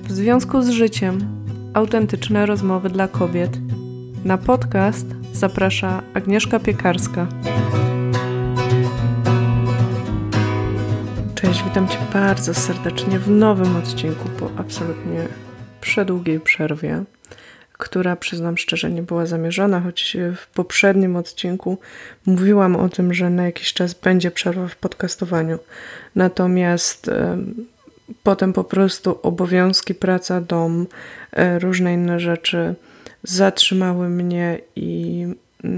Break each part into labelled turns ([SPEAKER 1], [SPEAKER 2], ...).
[SPEAKER 1] W związku z życiem. Autentyczne rozmowy dla kobiet. Na podcast zaprasza Agnieszka Piekarska. Cześć, witam Cię bardzo serdecznie w nowym odcinku po absolutnie przedługiej przerwie, która, przyznam szczerze, nie była zamierzona, choć w poprzednim odcinku mówiłam o tym, że na jakiś czas będzie przerwa w podcastowaniu. Natomiast potem po prostu obowiązki, praca, dom, różne inne rzeczy zatrzymały mnie i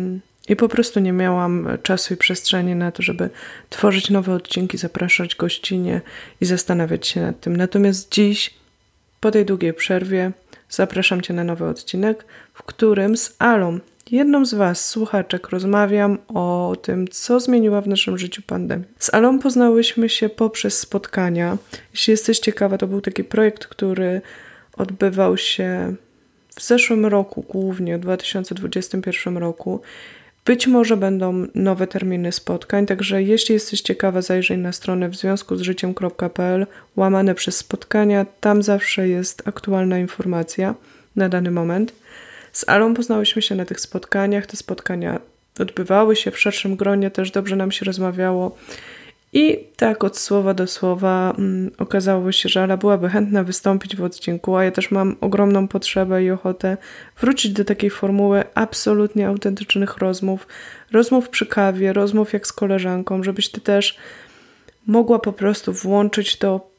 [SPEAKER 1] po prostu nie miałam czasu i przestrzeni na to, żeby tworzyć nowe odcinki, zapraszać gościnie i zastanawiać się nad tym. Natomiast dziś, po tej długiej przerwie, zapraszam Cię na nowy odcinek, w którym z Alą, jedną z Was, słuchaczek, rozmawiam o tym, co zmieniła w naszym życiu pandemia. Z Alą poznałyśmy się poprzez spotkania. Jeśli jesteś ciekawa, to był taki projekt, który odbywał się w zeszłym roku, głównie w 2021 roku. Być może będą nowe terminy spotkań, także jeśli jesteś ciekawa, zajrzyj na stronę wzwiązkuzżyciem.pl /spotkania. Tam zawsze jest aktualna informacja na dany moment. Z Alą poznałyśmy się na tych spotkaniach. Te spotkania odbywały się w szerszym gronie, też dobrze nam się rozmawiało. I tak od słowa do słowa okazało się, że Ala byłaby chętna wystąpić w odcinku, a ja też mam ogromną potrzebę i ochotę wrócić do takiej formuły absolutnie autentycznych rozmów przy kawie, rozmów jak z koleżanką, żebyś Ty też mogła po prostu włączyć to,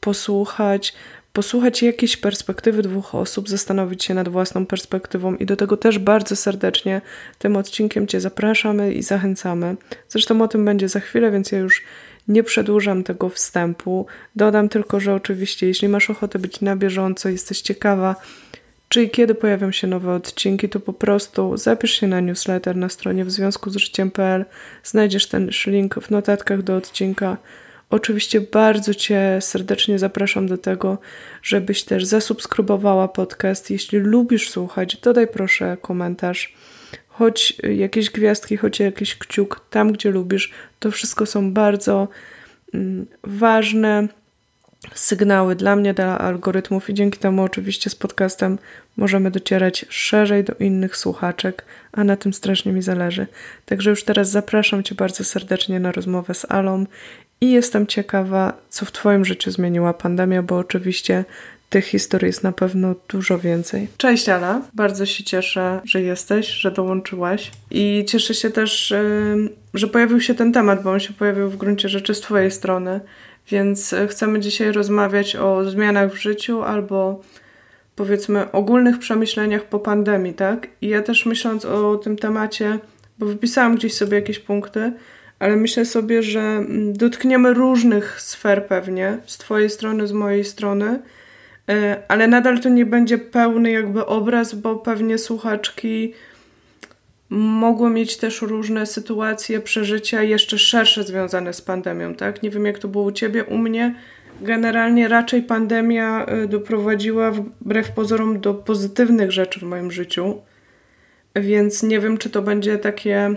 [SPEAKER 1] posłuchać jakiejś perspektywy dwóch osób, zastanowić się nad własną perspektywą i do tego też bardzo serdecznie tym odcinkiem Cię zapraszamy i zachęcamy. Zresztą o tym będzie za chwilę, więc ja już nie przedłużam tego wstępu. Dodam tylko, że oczywiście jeśli masz ochotę być na bieżąco, jesteś ciekawa, czy i kiedy pojawią się nowe odcinki, to po prostu zapisz się na newsletter na stronie wzwiązkuzżyciem.pl. Znajdziesz ten link w notatkach do odcinka. Oczywiście bardzo Cię serdecznie zapraszam do tego, żebyś też zasubskrybowała podcast. Jeśli lubisz słuchać, dodaj proszę komentarz, choć jakieś gwiazdki, choć jakiś kciuk tam, gdzie lubisz. To wszystko są bardzo ważne sygnały dla mnie, dla algorytmów i dzięki temu oczywiście z podcastem możemy docierać szerzej do innych słuchaczek, a na tym strasznie mi zależy. Także już teraz zapraszam Cię bardzo serdecznie na rozmowę z Alą i jestem ciekawa, co w Twoim życiu zmieniła pandemia, bo oczywiście tych historii jest na pewno dużo więcej. Cześć Ala, bardzo się cieszę, że jesteś, że dołączyłaś i cieszę się też, że pojawił się ten temat, bo on się pojawił w gruncie rzeczy z Twojej strony, więc chcemy dzisiaj rozmawiać o zmianach w życiu albo powiedzmy ogólnych przemyśleniach po pandemii, tak? I ja też myśląc o tym temacie, bo wypisałam gdzieś sobie jakieś punkty, ale myślę sobie, że dotkniemy różnych sfer pewnie, z Twojej strony, z mojej strony, ale nadal to nie będzie pełny jakby obraz, bo pewnie słuchaczki mogły mieć też różne sytuacje, przeżycia jeszcze szersze związane z pandemią, tak? Nie wiem jak to było u Ciebie, u mnie generalnie raczej pandemia doprowadziła wbrew pozorom do pozytywnych rzeczy w moim życiu, więc nie wiem czy to będzie takie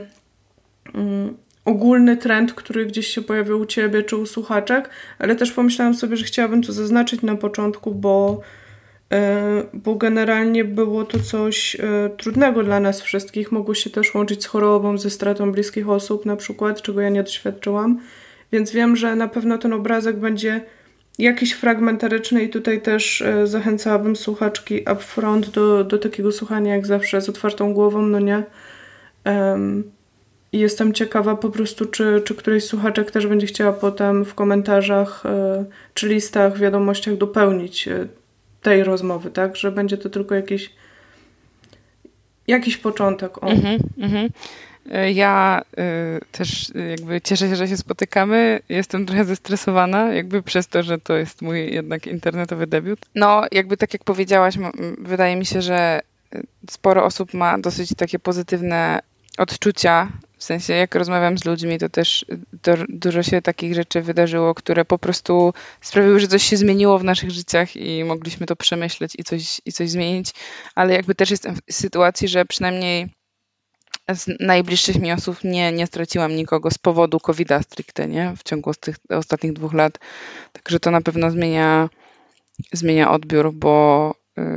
[SPEAKER 1] ogólny trend, który gdzieś się pojawił u Ciebie czy u słuchaczek, ale też pomyślałam sobie, że chciałabym to zaznaczyć na początku, bo generalnie było to coś trudnego dla nas wszystkich. Mogło się też łączyć z chorobą, ze stratą bliskich osób na przykład, czego ja nie doświadczyłam, więc wiem, że na pewno ten obrazek będzie jakiś fragmentaryczny i tutaj też zachęcałabym słuchaczki upfront do takiego słuchania jak zawsze z otwartą głową, no nie? I jestem ciekawa po prostu, czy któryś z słuchaczek też będzie chciała potem w komentarzach czy listach, wiadomościach dopełnić tej rozmowy, tak? Że będzie to tylko jakiś początek.
[SPEAKER 2] Ja też jakby cieszę się, że się spotykamy. Jestem trochę zestresowana, jakby przez to, że to jest mój jednak internetowy debiut. No, jakby tak jak powiedziałaś, wydaje mi się, że sporo osób ma dosyć takie pozytywne odczucia. W sensie, jak rozmawiam z ludźmi, to też dużo się takich rzeczy wydarzyło, które po prostu sprawiły, że coś się zmieniło w naszych życiach i mogliśmy to przemyśleć i coś zmienić. Ale jakby też jestem w sytuacji, że przynajmniej z najbliższych mi osób nie straciłam nikogo z powodu COVID-a stricte, nie? W ciągu tych ostatnich 2 lat. Także to na pewno zmienia zmienia odbiór, bo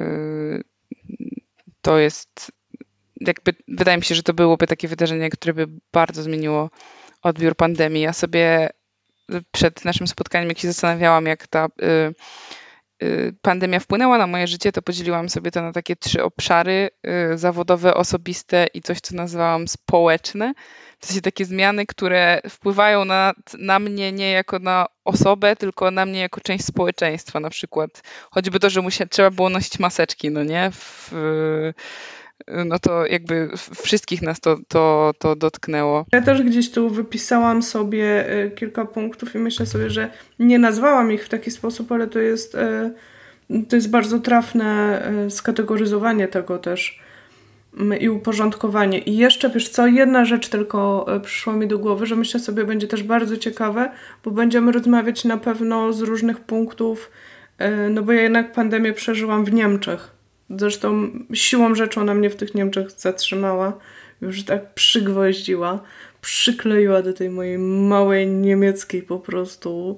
[SPEAKER 2] to jest jakby, wydaje mi się, że to byłoby takie wydarzenie, które by bardzo zmieniło odbiór pandemii. Ja sobie przed naszym spotkaniem, jak się zastanawiałam, jak ta pandemia wpłynęła na moje życie, to podzieliłam sobie to na takie 3 obszary: zawodowe, osobiste i coś, co nazwałam społeczne. W sensie takie zmiany, które wpływają na mnie nie jako na osobę, tylko na mnie jako część społeczeństwa. Na przykład choćby to, że trzeba było nosić maseczki, no nie? No to jakby wszystkich nas to dotknęło.
[SPEAKER 1] Ja też gdzieś tu wypisałam sobie kilka punktów i myślę sobie, że nie nazwałam ich w taki sposób, ale to jest bardzo trafne skategoryzowanie tego też i uporządkowanie. I jeszcze, wiesz co, jedna rzecz tylko przyszła mi do głowy, że myślę sobie, będzie też bardzo ciekawe, bo będziemy rozmawiać na pewno z różnych punktów, no bo ja jednak pandemię przeżyłam w Niemczech. Zresztą siłą rzeczy ona mnie w tych Niemczech zatrzymała. Już tak przygwoździła, przykleiła do tej mojej małej niemieckiej po prostu...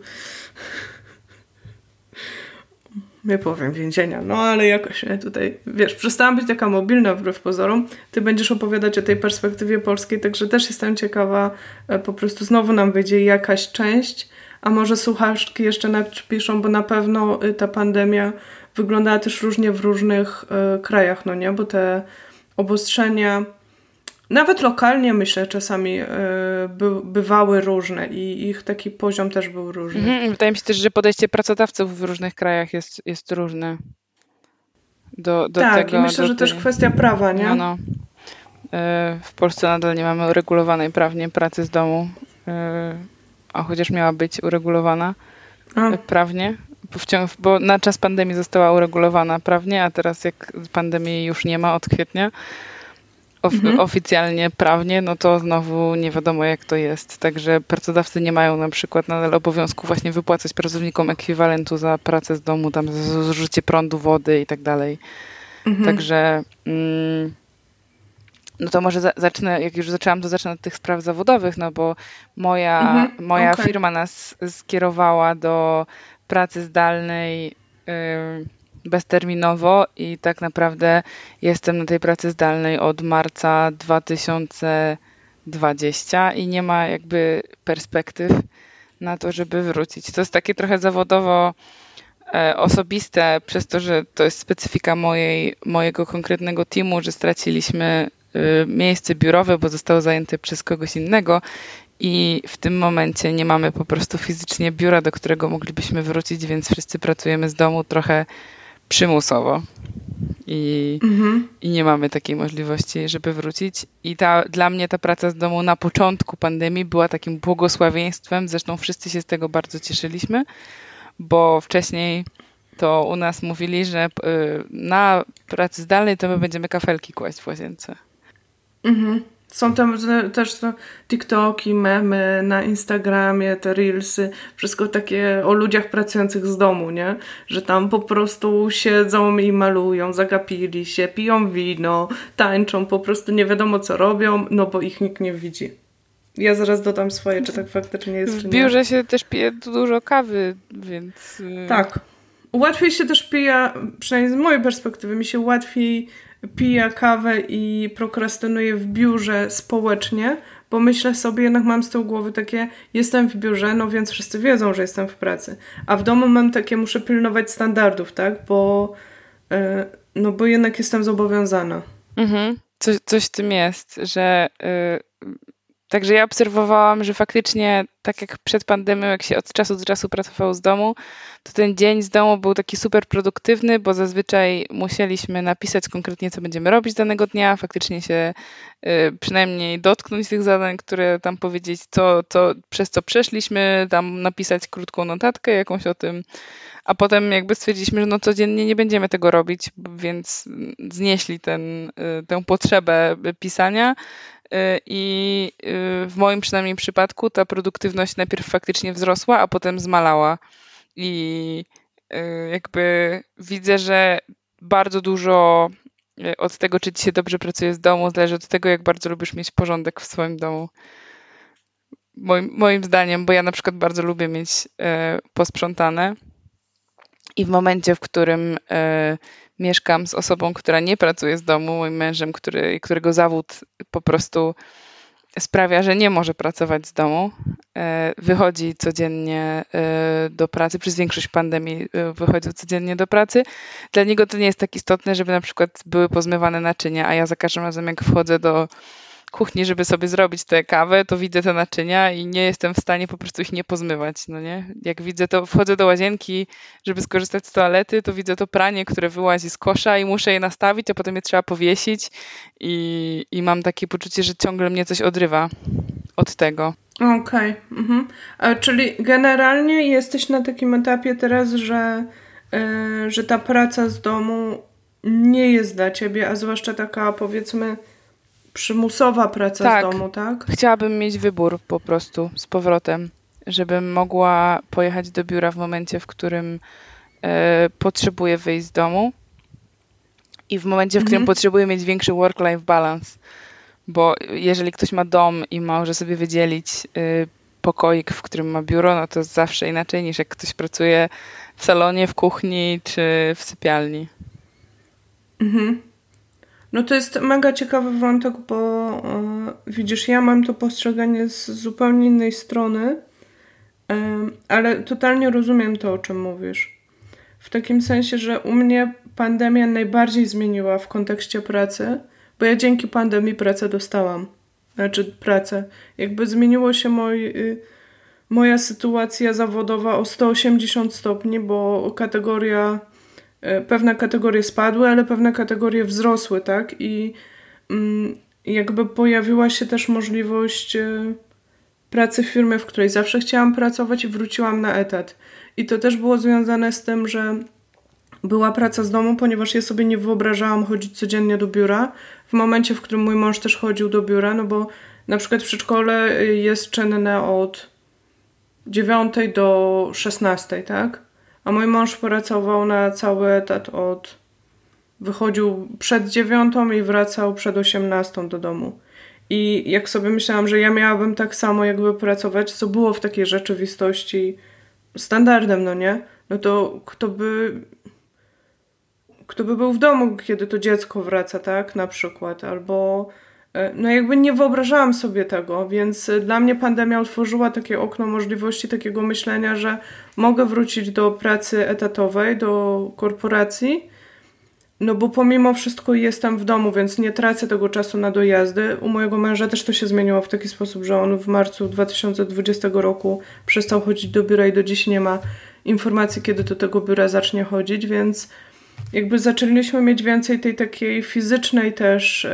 [SPEAKER 1] Nie powiem więzienia, no ale jakoś tutaj, wiesz, przestałam być taka mobilna wbrew pozorom. Ty będziesz opowiadać o tej perspektywie polskiej, także też jestem ciekawa, po prostu znowu nam wyjdzie jakaś część, a może słuchaczki jeszcze napiszą, bo na pewno ta pandemia wyglądała też różnie w różnych krajach, no nie, bo te obostrzenia nawet lokalnie, myślę, czasami bywały różne i ich taki poziom też był różny.
[SPEAKER 2] Wydaje mi się też, że podejście pracodawców w różnych krajach jest różne do
[SPEAKER 1] tak,
[SPEAKER 2] tego.
[SPEAKER 1] I myślę, że też kwestia prawa, nie?
[SPEAKER 2] No. W Polsce nadal nie mamy uregulowanej prawnie pracy z domu, a chociaż miała być uregulowana prawnie, bo na czas pandemii została uregulowana prawnie, a teraz jak pandemii już nie ma od kwietnia, oficjalnie, prawnie, no to znowu nie wiadomo jak to jest. Także pracodawcy nie mają na przykład nadal obowiązku właśnie wypłacać pracownikom ekwiwalentu za pracę z domu, tam za zużycie prądu, wody i tak dalej. Także no to może zacznę, jak już zaczęłam, to zacznę od tych spraw zawodowych, no bo moja firma nas skierowała do pracy zdalnej bezterminowo i tak naprawdę jestem na tej pracy zdalnej od marca 2020 i nie ma jakby perspektyw na to, żeby wrócić. To jest takie trochę zawodowo osobiste, przez to, że to jest specyfika mojego konkretnego teamu, że straciliśmy miejsce biurowe, bo zostało zajęte przez kogoś innego i w tym momencie nie mamy po prostu fizycznie biura, do którego moglibyśmy wrócić, więc wszyscy pracujemy z domu trochę przymusowo i nie mamy takiej możliwości, żeby wrócić. I dla mnie ta praca z domu na początku pandemii była takim błogosławieństwem, zresztą wszyscy się z tego bardzo cieszyliśmy, bo wcześniej to u nas mówili, że na pracy zdalnej to my będziemy kafelki kłaść w łazience.
[SPEAKER 1] Są tam też TikToki, memy na Instagramie, te reelsy, wszystko takie o ludziach pracujących z domu, nie? Że tam po prostu siedzą i malują, zagapili się, piją wino, tańczą, po prostu nie wiadomo co robią, no bo ich nikt nie widzi. Ja zaraz dodam swoje, czy tak faktycznie jest, czy nie.
[SPEAKER 2] W biurze się też pije dużo kawy, więc...
[SPEAKER 1] Tak. Łatwiej się też pije, przynajmniej z mojej perspektywy, mi się łatwiej pije kawę i prokrastynuję w biurze społecznie, bo myślę sobie, jednak mam z tyłu głowy takie, jestem w biurze, no więc wszyscy wiedzą, że jestem w pracy. A w domu mam takie, muszę pilnować standardów, tak? Bo jednak jestem zobowiązana.
[SPEAKER 2] Coś w tym jest, że... Także ja obserwowałam, że faktycznie tak jak przed pandemią, jak się od czasu do czasu pracowało z domu, to ten dzień z domu był taki super produktywny, bo zazwyczaj musieliśmy napisać konkretnie, co będziemy robić danego dnia, faktycznie się przynajmniej dotknąć tych zadań, które tam powiedzieć, przez co przeszliśmy, tam napisać krótką notatkę jakąś o tym, a potem jakby stwierdziliśmy, że no codziennie nie będziemy tego robić, więc znieśli tę potrzebę pisania. I w moim przynajmniej przypadku ta produktywność najpierw faktycznie wzrosła, a potem zmalała. I jakby widzę, że bardzo dużo od tego, czy ci się dobrze pracuje z domu, zależy od tego, jak bardzo lubisz mieć porządek w swoim domu. Moim zdaniem, bo ja na przykład bardzo lubię mieć posprzątane I w momencie, w którym mieszkam z osobą, która nie pracuje z domu, moim mężem, którego zawód po prostu sprawia, że nie może pracować z domu, wychodzi codziennie do pracy, przez większość pandemii wychodził codziennie do pracy. Dla niego to nie jest tak istotne, żeby na przykład były pozmywane naczynia, a ja za każdym razem jak wchodzę do kuchni, żeby sobie zrobić tę kawę, to widzę te naczynia i nie jestem w stanie po prostu ich nie pozmywać, no nie? Jak widzę to, wchodzę do łazienki, żeby skorzystać z toalety, to widzę to pranie, które wyłazi z kosza i muszę je nastawić, a potem je trzeba powiesić i mam takie poczucie, że ciągle mnie coś odrywa od tego.
[SPEAKER 1] Okej. Mhm. Czyli generalnie jesteś na takim etapie teraz, że ta praca z domu nie jest dla ciebie, a zwłaszcza taka, powiedzmy, przymusowa praca z domu, tak?
[SPEAKER 2] Chciałabym mieć wybór po prostu z powrotem, żebym mogła pojechać do biura w momencie, w którym potrzebuję wyjść z domu i w momencie, w którym potrzebuję mieć większy work-life balance, bo jeżeli ktoś ma dom i może sobie wydzielić pokoik, w którym ma biuro, no to zawsze inaczej niż jak ktoś pracuje w salonie, w kuchni czy w sypialni.
[SPEAKER 1] No to jest mega ciekawy wątek, bo widzisz, ja mam to postrzeganie z zupełnie innej strony, ale totalnie rozumiem to, o czym mówisz. W takim sensie, że u mnie pandemia najbardziej zmieniła w kontekście pracy, bo ja dzięki pandemii pracę dostałam. Znaczy pracę. Jakby zmieniło się moja sytuacja zawodowa o 180 stopni, bo pewne kategorie spadły, ale pewne kategorie wzrosły, tak? I jakby pojawiła się też możliwość pracy w firmie, w której zawsze chciałam pracować i wróciłam na etat. I to też było związane z tym, że była praca z domu, ponieważ ja sobie nie wyobrażałam chodzić codziennie do biura. W momencie, w którym mój mąż też chodził do biura, no bo na przykład przedszkole jest czynne od 9 do 16, tak? A mój mąż pracował na cały etat wychodził przed 9 i wracał przed 18 do domu. I jak sobie myślałam, że ja miałabym tak samo jakby pracować, co było w takiej rzeczywistości standardem, no nie? No to kto by był w domu, kiedy to dziecko wraca, tak? Na przykład. Albo no jakby nie wyobrażałam sobie tego, więc dla mnie pandemia otworzyła takie okno możliwości takiego myślenia, że mogę wrócić do pracy etatowej, do korporacji, no bo pomimo wszystko jestem w domu, więc nie tracę tego czasu na dojazdy. U mojego męża też to się zmieniło w taki sposób, że on w marcu 2020 roku przestał chodzić do biura i do dziś nie ma informacji, kiedy do tego biura zacznie chodzić, więc jakby zaczęliśmy mieć więcej tej takiej fizycznej też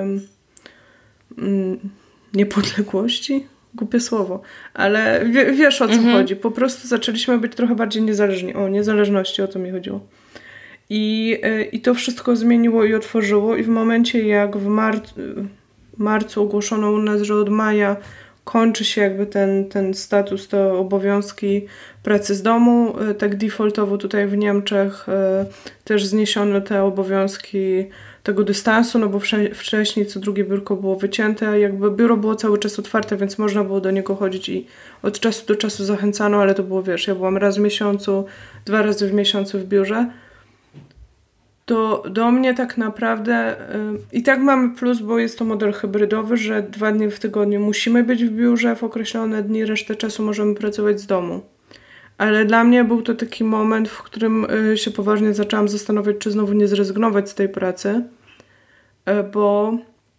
[SPEAKER 1] niepodległości? Głupie słowo. Ale wiesz o co chodzi. Po prostu zaczęliśmy być trochę bardziej niezależni. O niezależności, o to mi chodziło. I to wszystko zmieniło i otworzyło i w momencie jak w marcu ogłoszono u nas, że od maja kończy się jakby ten status, te obowiązki pracy z domu, tak defaultowo tutaj w Niemczech też zniesiono te obowiązki tego dystansu, no bo wcześniej co drugie biurko było wycięte, jakby biuro było cały czas otwarte, więc można było do niego chodzić i od czasu do czasu zachęcano, ale to było, wiesz, ja byłam raz w miesiącu, 2 razy w miesiącu w biurze. To do mnie tak naprawdę i tak mamy plus, bo jest to model hybrydowy, że 2 dni w tygodniu musimy być w biurze w określone dni, resztę czasu możemy pracować z domu. Ale dla mnie był to taki moment, w którym się poważnie zaczęłam zastanawiać, czy znowu nie zrezygnować z tej pracy, bo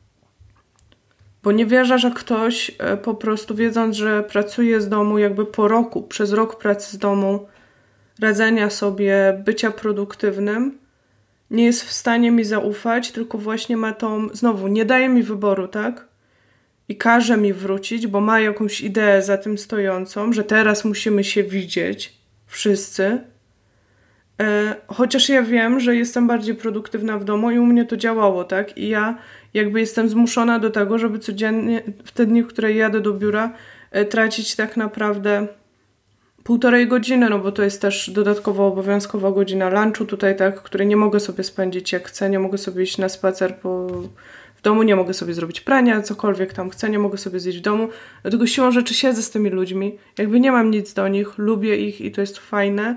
[SPEAKER 1] nie wierzę, że ktoś po prostu wiedząc, że pracuje z domu jakby po roku, przez rok pracy z domu, radzenia sobie, bycia produktywnym, nie jest w stanie mi zaufać, tylko właśnie ma znowu nie daje mi wyboru, tak? I każe mi wrócić, bo ma jakąś ideę za tym stojącą, że teraz musimy się widzieć wszyscy. Chociaż ja wiem, że jestem bardziej produktywna w domu i u mnie to działało, tak? I ja jakby jestem zmuszona do tego, żeby codziennie w te dni, w które jadę do biura, tracić tak naprawdę 1,5 godziny, no bo to jest też dodatkowo obowiązkowa godzina lunchu tutaj, tak, której nie mogę sobie spędzić jak chcę, nie mogę sobie iść na spacer w domu, nie mogę sobie zrobić prania, cokolwiek tam chcę, nie mogę sobie zjeść w domu, dlatego siłą rzeczy siedzę z tymi ludźmi, jakby nie mam nic do nich, lubię ich i to jest fajne,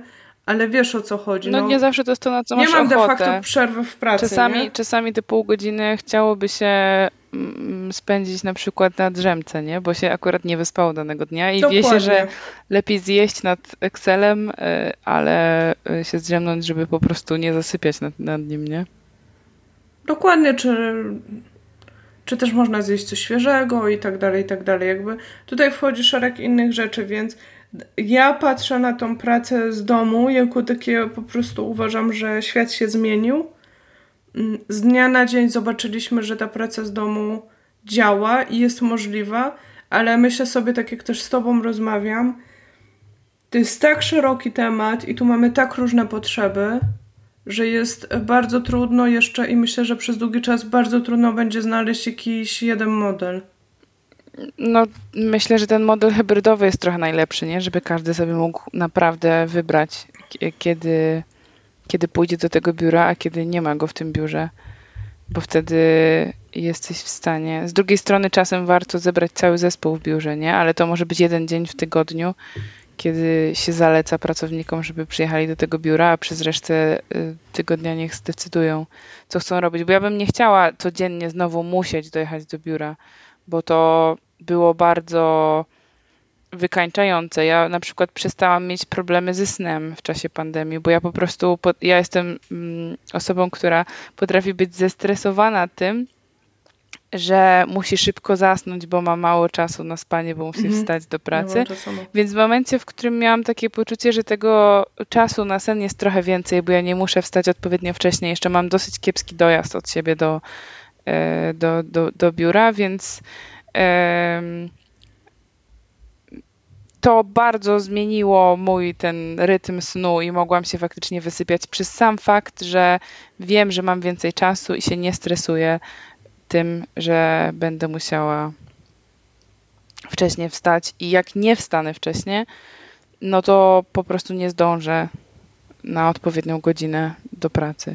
[SPEAKER 1] ale wiesz o co chodzi.
[SPEAKER 2] No nie zawsze to jest to, na co masz ochotę.
[SPEAKER 1] Nie mam de facto przerwy w pracy.
[SPEAKER 2] Czasami te pół godziny chciałoby się spędzić na przykład na drzemce, nie? Bo się akurat nie wyspało danego dnia i wie się, że lepiej zjeść nad Excelem, ale się zdrzemnąć, żeby po prostu nie zasypiać nad nim, nie?
[SPEAKER 1] Dokładnie, czy też można zjeść coś świeżego i tak dalej, i tak dalej. Jakby tutaj wchodzi szereg innych rzeczy, więc ja patrzę na tą pracę z domu jako takie, po prostu uważam, że świat się zmienił. Z dnia na dzień zobaczyliśmy, że ta praca z domu działa i jest możliwa, ale myślę sobie, tak jak też z tobą rozmawiam, to jest tak szeroki temat i tu mamy tak różne potrzeby, że jest bardzo trudno jeszcze i myślę, że przez długi czas bardzo trudno będzie znaleźć jakiś jeden model.
[SPEAKER 2] No, myślę, że ten model hybrydowy jest trochę najlepszy, nie? Żeby każdy sobie mógł naprawdę wybrać, kiedy pójdzie do tego biura, a kiedy nie ma go w tym biurze, bo wtedy jesteś w stanie. Z drugiej strony czasem warto zebrać cały zespół w biurze, nie? Ale to może być jeden dzień w tygodniu, kiedy się zaleca pracownikom, żeby przyjechali do tego biura, a przez resztę tygodnia niech zdecydują, co chcą robić. Bo ja bym nie chciała codziennie znowu musieć dojechać do biura, bo to było bardzo wykańczające. Ja na przykład przestałam mieć problemy ze snem w czasie pandemii, bo ja po prostu, ja jestem osobą, która potrafi być zestresowana tym, że musi szybko zasnąć, bo ma mało czasu na spanie, bo musi wstać do pracy. Więc w momencie, w którym miałam takie poczucie, że tego czasu na sen jest trochę więcej, bo ja nie muszę wstać odpowiednio wcześnie, jeszcze mam dosyć kiepski dojazd od siebie do biura, więc to bardzo zmieniło mój ten rytm snu i mogłam się faktycznie wysypiać przez sam fakt, że wiem, że mam więcej czasu i się nie stresuję tym, że będę musiała wcześniej wstać i jak nie wstanę wcześniej, no to po prostu nie zdążę na odpowiednią godzinę do pracy.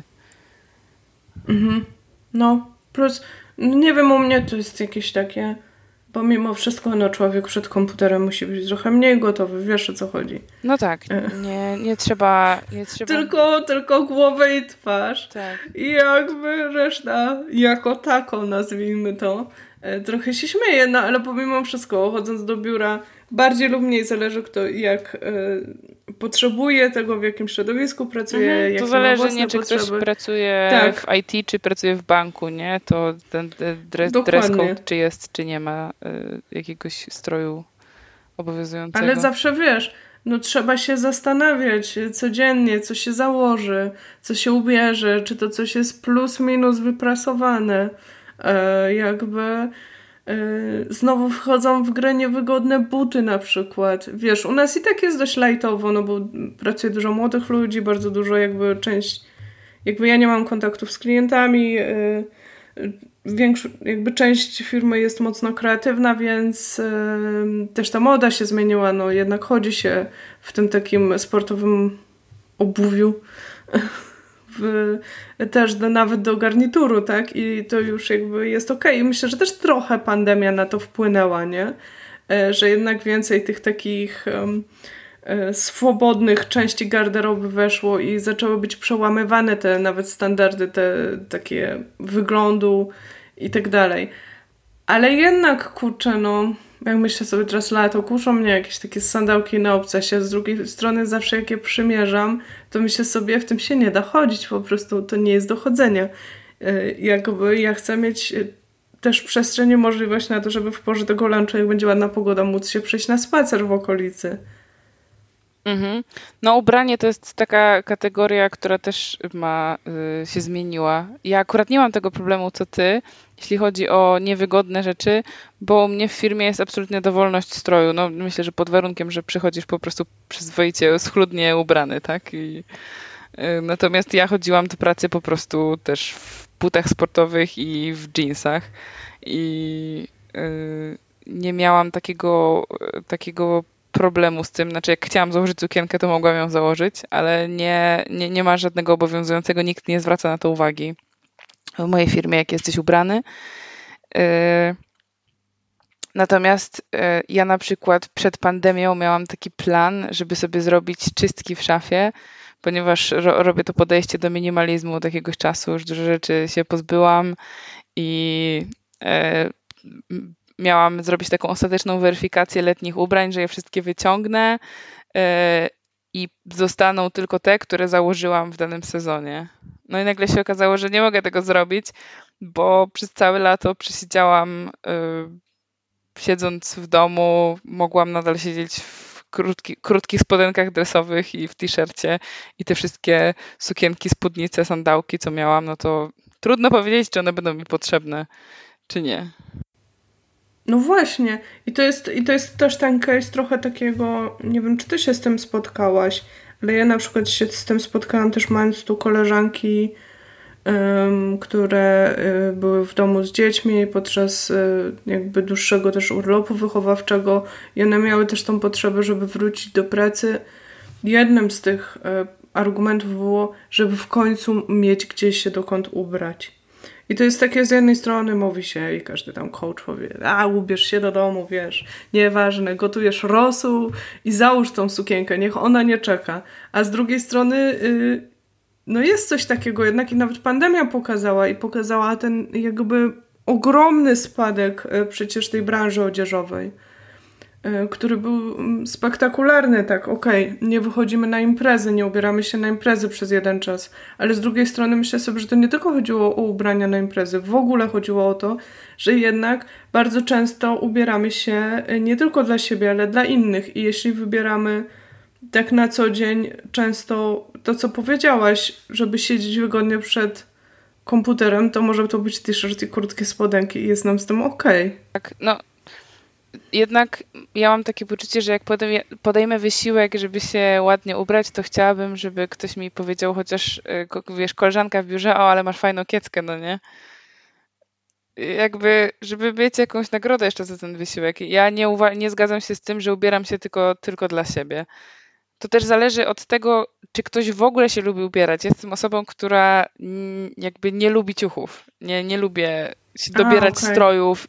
[SPEAKER 1] No, plus nie wiem, u mnie to jest jakieś takie, bo mimo wszystko człowiek przed komputerem musi być trochę mniej gotowy, wiesz o co chodzi.
[SPEAKER 2] No tak, nie trzeba...
[SPEAKER 1] Tylko głowę i twarz.
[SPEAKER 2] Tak.
[SPEAKER 1] I jakby reszta, jako taką nazwijmy to, trochę się śmieje, no ale pomimo wszystko, chodząc do biura, bardziej lub mniej zależy kto jak potrzebuje tego, w jakim środowisku pracuje, jakie
[SPEAKER 2] to zależy,
[SPEAKER 1] ma własne
[SPEAKER 2] nie, czy
[SPEAKER 1] potrzeby.
[SPEAKER 2] ktoś pracuje w IT, czy pracuje w banku, nie? To ten dress code, czy jest, czy nie ma jakiegoś stroju obowiązującego.
[SPEAKER 1] Ale zawsze wiesz, trzeba się zastanawiać codziennie, co się założy, co się ubierze, czy to coś jest plus minus wyprasowane. Znowu wchodzą w grę niewygodne buty na przykład. Wiesz, u nas i tak jest dość lajtowo, bo pracuje dużo młodych ludzi, bardzo dużo ja nie mam kontaktów z klientami, część firmy jest mocno kreatywna, więc też ta moda się zmieniła, jednak chodzi się w tym takim sportowym obuwiu też nawet do garnituru, tak? I to już jest okej. I myślę, że też trochę pandemia na to wpłynęła, nie? Że jednak więcej tych takich swobodnych części garderoby weszło i zaczęły być przełamywane te nawet standardy, te takie wyglądu i tak dalej. Ale jednak, kurczę, jak myślę sobie teraz lato, kuszą mnie jakieś takie sandałki na obcasie, z drugiej strony zawsze jak je przymierzam, to myślę sobie, w tym się nie da chodzić, po prostu to nie jest do chodzenia. Ja chcę mieć też przestrzeń i możliwość na to, żeby w porze tego lunchu, jak będzie ładna pogoda, móc się przejść na spacer w okolicy.
[SPEAKER 2] No ubranie to jest taka kategoria, która też się zmieniła. Ja akurat nie mam tego problemu co ty, jeśli chodzi o niewygodne rzeczy, bo u mnie w firmie jest absolutnie dowolność stroju. Myślę, że pod warunkiem, że przychodzisz po prostu przyzwoicie schludnie ubrany, tak? Natomiast ja chodziłam do pracy po prostu też w butach sportowych i w dżinsach i nie miałam takiego problemu z tym, znaczy jak chciałam założyć sukienkę, to mogłam ją założyć, ale nie ma żadnego obowiązującego, nikt nie zwraca na to uwagi w mojej firmie, jak jesteś ubrany. Natomiast ja na przykład przed pandemią miałam taki plan, żeby sobie zrobić czystki w szafie, ponieważ robię to podejście do minimalizmu od jakiegoś czasu, już dużo rzeczy się pozbyłam i miałam zrobić taką ostateczną weryfikację letnich ubrań, że je wszystkie wyciągnę i zostaną tylko te, które założyłam w danym sezonie. No i nagle się okazało, że nie mogę tego zrobić, bo przez całe lato przesiedziałam siedząc w domu, mogłam nadal siedzieć w krótkich spodenkach dresowych i w t-shircie i te wszystkie sukienki, spódnice, sandałki, co miałam, no to trudno powiedzieć, czy one będą mi potrzebne, czy nie.
[SPEAKER 1] No właśnie. I to jest też ten case trochę takiego, nie wiem, czy ty się z tym spotkałaś, ale ja na przykład się z tym spotkałam też mając tu koleżanki, które były w domu z dziećmi podczas jakby dłuższego też urlopu wychowawczego i one miały też tą potrzebę, żeby wrócić do pracy. Jednym z tych argumentów było, żeby w końcu mieć gdzieś się dokąd ubrać. I to jest takie, z jednej strony mówi się i każdy tam coach powie, ubierz się do domu, wiesz, nieważne, gotujesz rosół i załóż tą sukienkę, niech ona nie czeka. A z drugiej strony no jest coś takiego jednak i nawet pandemia pokazała ten jakby ogromny spadek przecież tej branży odzieżowej, który był spektakularny, tak, nie wychodzimy na imprezy, nie ubieramy się na imprezy przez jeden czas, ale z drugiej strony myślę sobie, że to nie tylko chodziło o ubrania na imprezy, w ogóle chodziło o to, że jednak bardzo często ubieramy się nie tylko dla siebie, ale dla innych i jeśli wybieramy tak na co dzień często to, co powiedziałaś, żeby siedzieć wygodnie przed komputerem, to może to być t-shirt i krótkie spodenki i jest nam z tym okej.
[SPEAKER 2] Tak, no jednak ja mam takie poczucie, że jak podejmę wysiłek, żeby się ładnie ubrać, to chciałabym, żeby ktoś mi powiedział, chociaż wiesz, koleżanka w biurze, ale masz fajną kieckę, no nie? Jakby, żeby mieć jakąś nagrodę jeszcze za ten wysiłek. Ja nie zgadzam się z tym, że ubieram się tylko dla siebie. To też zależy od tego, czy ktoś w ogóle się lubi ubierać. Jestem osobą, która jakby nie lubi ciuchów. Nie lubię się dobierać strojów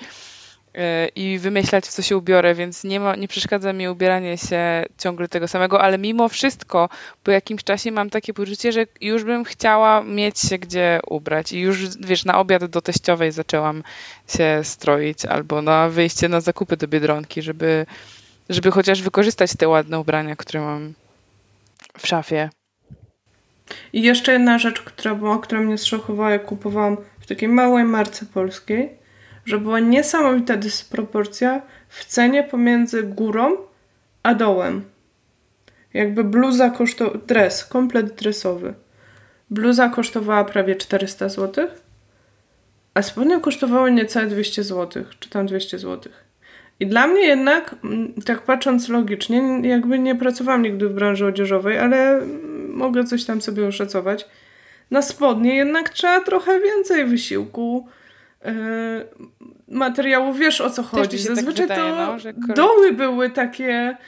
[SPEAKER 2] i wymyślać, w co się ubiorę, więc nie przeszkadza mi ubieranie się ciągle tego samego, ale mimo wszystko po jakimś czasie mam takie poczucie, że już bym chciała mieć się gdzie ubrać i już, wiesz, na obiad do teściowej zaczęłam się stroić albo na wyjście na zakupy do Biedronki, żeby chociaż wykorzystać te ładne ubrania, które mam w szafie.
[SPEAKER 1] I jeszcze jedna rzecz, która mnie zszokowała, jak kupowałam w takiej małej marce polskiej, że była niesamowita dysproporcja w cenie pomiędzy górą a dołem. Jakby bluza komplet dresowy. Bluza kosztowała prawie 400 zł, a spodnie kosztowały niecałe 200 zł, czy tam 200 zł. I dla mnie jednak, tak patrząc logicznie, jakby nie pracowałam nigdy w branży odzieżowej, ale mogę coś tam sobie oszacować. Na spodnie jednak trzeba trochę więcej wysiłku, materiału, wiesz o co chodzi. Zazwyczaj tak wydaje, to doły były takie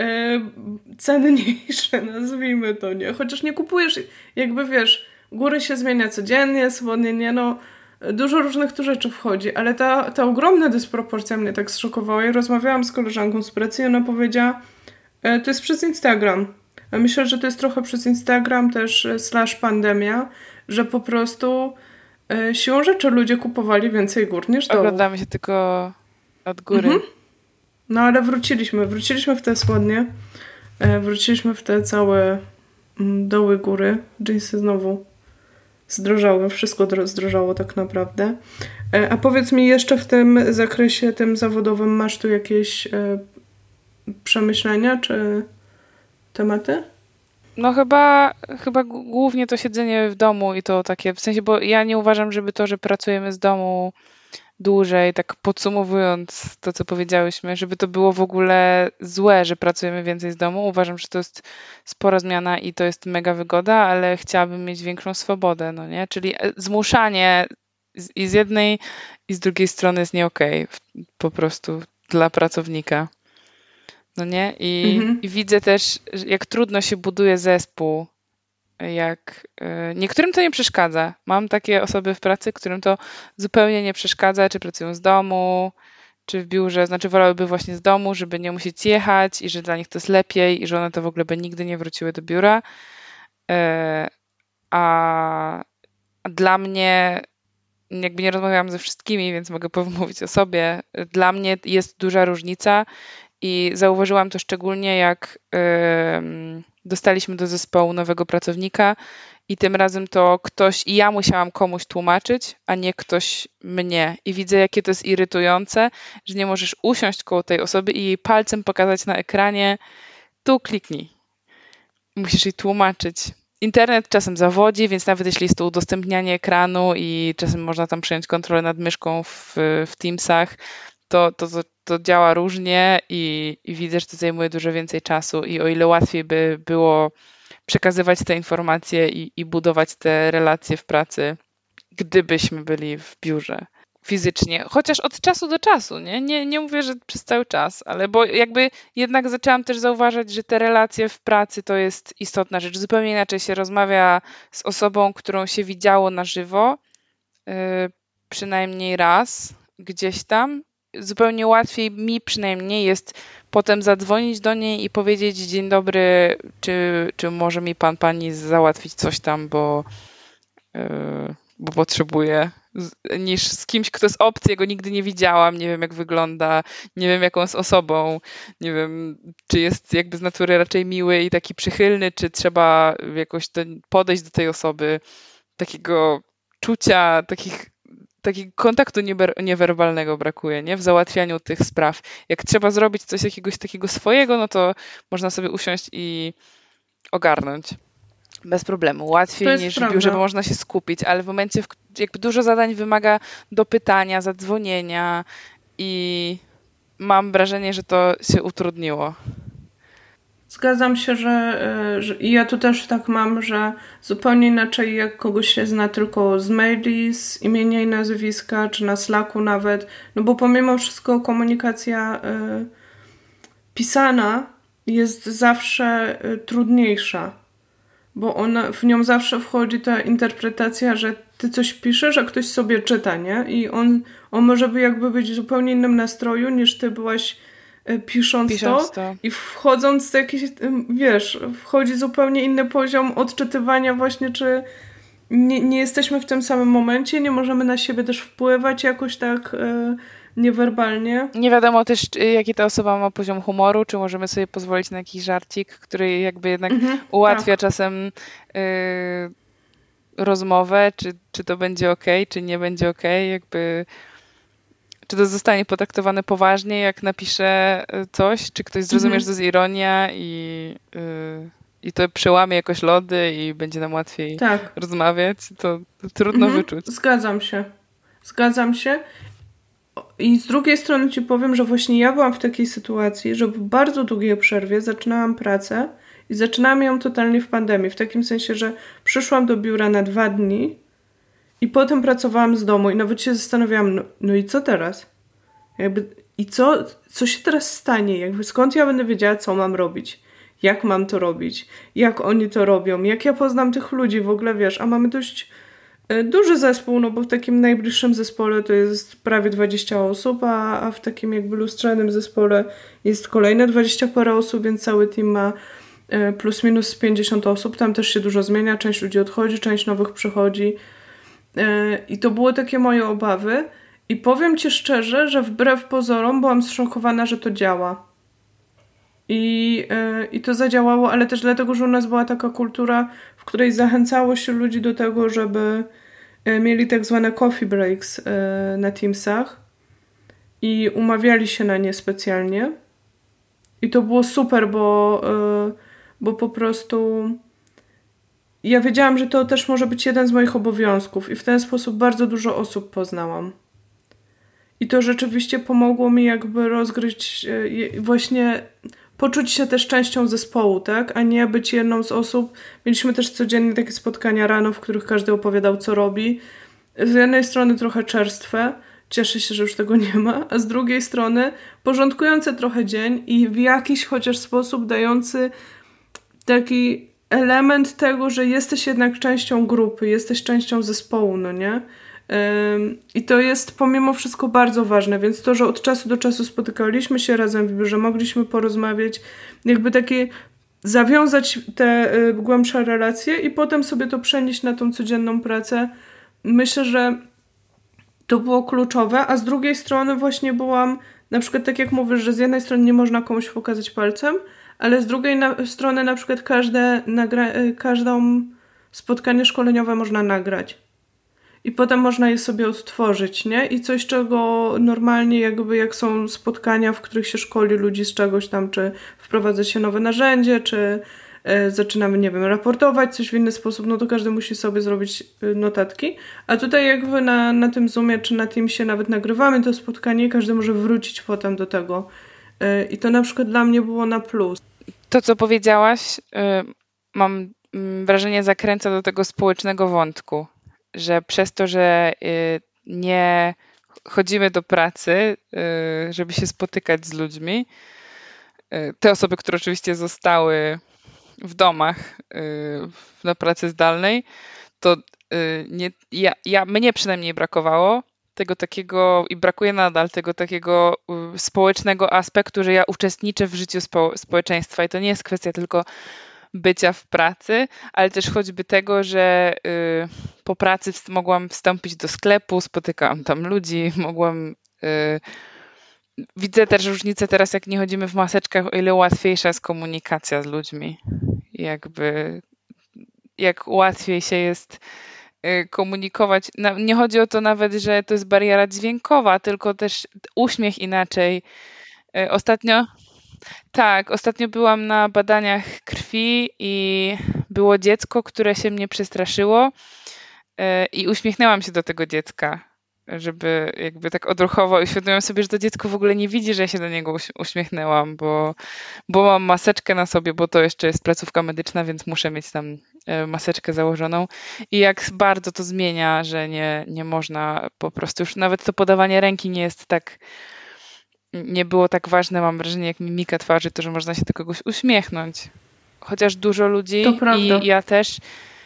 [SPEAKER 1] cenniejsze, nazwijmy to, nie? Chociaż nie kupujesz, jakby wiesz, góry się zmienia codziennie, spodnie nie, no dużo różnych tu rzeczy wchodzi, ale ta ogromna dysproporcja mnie tak zszokowała i rozmawiałam z koleżanką z pracy i ona powiedziała, to jest przez Instagram. A myślę, że to jest trochę przez Instagram też / pandemia, że po prostu siłą rzeczy ludzie kupowali więcej gór niż dołów.
[SPEAKER 2] Oglądamy się tylko od góry.
[SPEAKER 1] No ale wróciliśmy w te spodnie, wróciliśmy w te całe doły, góry. Dżinsy znowu zdrożały, wszystko zdrożało tak naprawdę. A powiedz mi jeszcze w tym zakresie, tym zawodowym, masz tu jakieś przemyślenia czy tematy?
[SPEAKER 2] No chyba głównie to siedzenie w domu i to takie, w sensie, bo ja nie uważam, żeby to, że pracujemy z domu dłużej, tak podsumowując to, co powiedziałyśmy, żeby to było w ogóle złe, że pracujemy więcej z domu. Uważam, że to jest spora zmiana i to jest mega wygoda, ale chciałabym mieć większą swobodę, no nie? Czyli zmuszanie i z jednej i z drugiej strony jest nie okej, po prostu dla pracownika. No nie? I widzę też, jak trudno się buduje zespół, jak niektórym to nie przeszkadza. Mam takie osoby w pracy, którym to zupełnie nie przeszkadza, czy pracują z domu, czy w biurze, znaczy wolałyby właśnie z domu, żeby nie musieć jechać i że dla nich to jest lepiej i że one to w ogóle by nigdy nie wróciły do biura. A dla mnie, jakby nie rozmawiałam ze wszystkimi, więc mogę mówić o sobie, dla mnie jest duża różnica i zauważyłam to szczególnie, jak dostaliśmy do zespołu nowego pracownika i tym razem to ktoś, i ja musiałam komuś tłumaczyć, a nie ktoś mnie. I widzę, jakie to jest irytujące, że nie możesz usiąść koło tej osoby i jej palcem pokazać na ekranie, tu kliknij. Musisz jej tłumaczyć. Internet czasem zawodzi, więc nawet jeśli jest to udostępnianie ekranu i czasem można tam przejąć kontrolę nad myszką w Teamsach, to działa różnie i widzę, że to zajmuje dużo więcej czasu i o ile łatwiej by było przekazywać te informacje i budować te relacje w pracy, gdybyśmy byli w biurze fizycznie, chociaż od czasu do czasu, nie mówię, że przez cały czas, ale bo jakby jednak zaczęłam też zauważać, że te relacje w pracy to jest istotna rzecz. Zupełnie inaczej się rozmawia z osobą, którą się widziało na żywo, przynajmniej raz gdzieś tam. Zupełnie łatwiej mi przynajmniej jest potem zadzwonić do niej i powiedzieć: dzień dobry, czy może mi pani załatwić coś tam, bo potrzebuję, niż z kimś, kto jest obcy, ja go nigdy nie widziałam, nie wiem jak wygląda, nie wiem jaką jest osobą, nie wiem czy jest jakby z natury raczej miły i taki przychylny, czy trzeba jakoś podejść do tej osoby, takiego czucia, takiego kontaktu niewerbalnego brakuje, nie? W załatwianiu tych spraw. Jak trzeba zrobić coś jakiegoś takiego swojego, no to można sobie usiąść i ogarnąć. Bez problemu. Łatwiej niż w biurze, bo można się skupić, ale w momencie, jakby dużo zadań wymaga dopytania, zadzwonienia i mam wrażenie, że to się utrudniło.
[SPEAKER 1] Zgadzam się, że i ja tu też tak mam, że zupełnie inaczej jak kogoś się zna tylko z maili, z imienia i nazwiska, czy na Slacku nawet, no bo pomimo wszystko komunikacja pisana jest zawsze trudniejsza, bo w nią zawsze wchodzi ta interpretacja, że ty coś piszesz, a ktoś sobie czyta, nie? I on może być w zupełnie innym nastroju niż ty byłaś pisząc to i wchodząc w jakiś, wchodzi zupełnie inny poziom odczytywania właśnie, czy nie jesteśmy w tym samym momencie, nie możemy na siebie też wpływać jakoś tak niewerbalnie.
[SPEAKER 2] Nie wiadomo też, jaki ta osoba ma poziom humoru, czy możemy sobie pozwolić na jakiś żarcik, który jakby jednak ułatwia czasem rozmowę, czy to będzie okej, czy nie będzie okej, jakby czy to zostanie potraktowane poważnie, jak napiszę coś, czy ktoś zrozumie, że to jest ironia i to przełamie jakoś lody i będzie nam łatwiej rozmawiać, to trudno wyczuć.
[SPEAKER 1] Zgadzam się. I z drugiej strony ci powiem, że właśnie ja byłam w takiej sytuacji, że w bardzo długiej przerwie zaczynałam pracę i zaczynałam ją totalnie w pandemii. W takim sensie, że przyszłam do biura na 2 dni i potem pracowałam z domu i nawet się zastanawiałam, no i co teraz? I co się teraz stanie? Skąd ja będę wiedziała, co mam robić? Jak mam to robić? Jak oni to robią? Jak ja poznam tych ludzi w ogóle, a mamy dość duży zespół, no bo w takim najbliższym zespole to jest prawie 20 osób, a w takim jakby lustrzanym zespole jest kolejne 20 parę osób, więc cały team ma plus minus 50 osób. Tam też się dużo zmienia, część ludzi odchodzi, część nowych przychodzi. I to były takie moje obawy. I powiem ci szczerze, że wbrew pozorom byłam zszokowana, że to działa. I to zadziałało, ale też dlatego, że u nas była taka kultura, w której zachęcało się ludzi do tego, żeby mieli tak zwane coffee breaks na Teamsach i umawiali się na nie specjalnie. I to było super, bo po prostu ja wiedziałam, że to też może być jeden z moich obowiązków i w ten sposób bardzo dużo osób poznałam. I to rzeczywiście pomogło mi jakby rozgryźć, właśnie poczuć się też częścią zespołu, tak? A nie być jedną z osób. Mieliśmy też codziennie takie spotkania rano, w których każdy opowiadał, co robi. Z jednej strony trochę czerstwe, cieszę się, że już tego nie ma, a z drugiej strony porządkujące trochę dzień i w jakiś chociaż sposób dający taki element tego, że jesteś jednak częścią grupy, jesteś częścią zespołu, no nie? I to jest pomimo wszystko bardzo ważne, więc to, że od czasu do czasu spotykaliśmy się razem w biurze, mogliśmy porozmawiać, jakby takie zawiązać te głębsze relacje i potem sobie to przenieść na tą codzienną pracę. Myślę, że to było kluczowe, a z drugiej strony właśnie byłam, na przykład tak jak mówisz, że z jednej strony nie można komuś pokazać palcem, ale z drugiej strony na przykład każdą spotkanie szkoleniowe można nagrać. I potem można je sobie odtworzyć, nie? I coś, czego normalnie jakby jak są spotkania, w których się szkoli ludzi z czegoś tam, czy wprowadza się nowe narzędzie, czy zaczynamy, nie wiem, raportować coś w inny sposób, no to każdy musi sobie zrobić notatki. A tutaj jakby na tym Zoomie, czy na Teamsie nawet nagrywamy to spotkanie i każdy może wrócić potem do tego. I to na przykład dla mnie było na plus.
[SPEAKER 2] To, co powiedziałaś, mam wrażenie, zakręca do tego społecznego wątku, że przez to, że nie chodzimy do pracy, żeby się spotykać z ludźmi, te osoby, które oczywiście zostały w domach na pracy zdalnej, to mnie przynajmniej brakowało tego takiego i brakuje nadal tego takiego społecznego aspektu, że ja uczestniczę w życiu społeczeństwa i to nie jest kwestia tylko bycia w pracy, ale też choćby tego, że po pracy mogłam wstąpić do sklepu, spotykałam tam ludzi, widzę też różnicę teraz, jak nie chodzimy w maseczkach, o ile łatwiejsza jest komunikacja z ludźmi. Jak łatwiej się jest komunikować. Nie chodzi o to nawet, że to jest bariera dźwiękowa, tylko też uśmiech inaczej. Ostatnio byłam na badaniach krwi i było dziecko, które się mnie przestraszyło i uśmiechnęłam się do tego dziecka, żeby jakby tak odruchowo i uświadomiłam sobie, że to dziecko w ogóle nie widzi, że ja się do niego uśmiechnęłam, bo mam maseczkę na sobie, bo to jeszcze jest placówka medyczna, więc muszę mieć tam maseczkę założoną i jak bardzo to zmienia, że nie można po prostu już nawet to podawanie ręki nie było tak ważne, mam wrażenie, jak mimika twarzy, to, że można się do kogoś uśmiechnąć. Chociaż dużo ludzi i ja też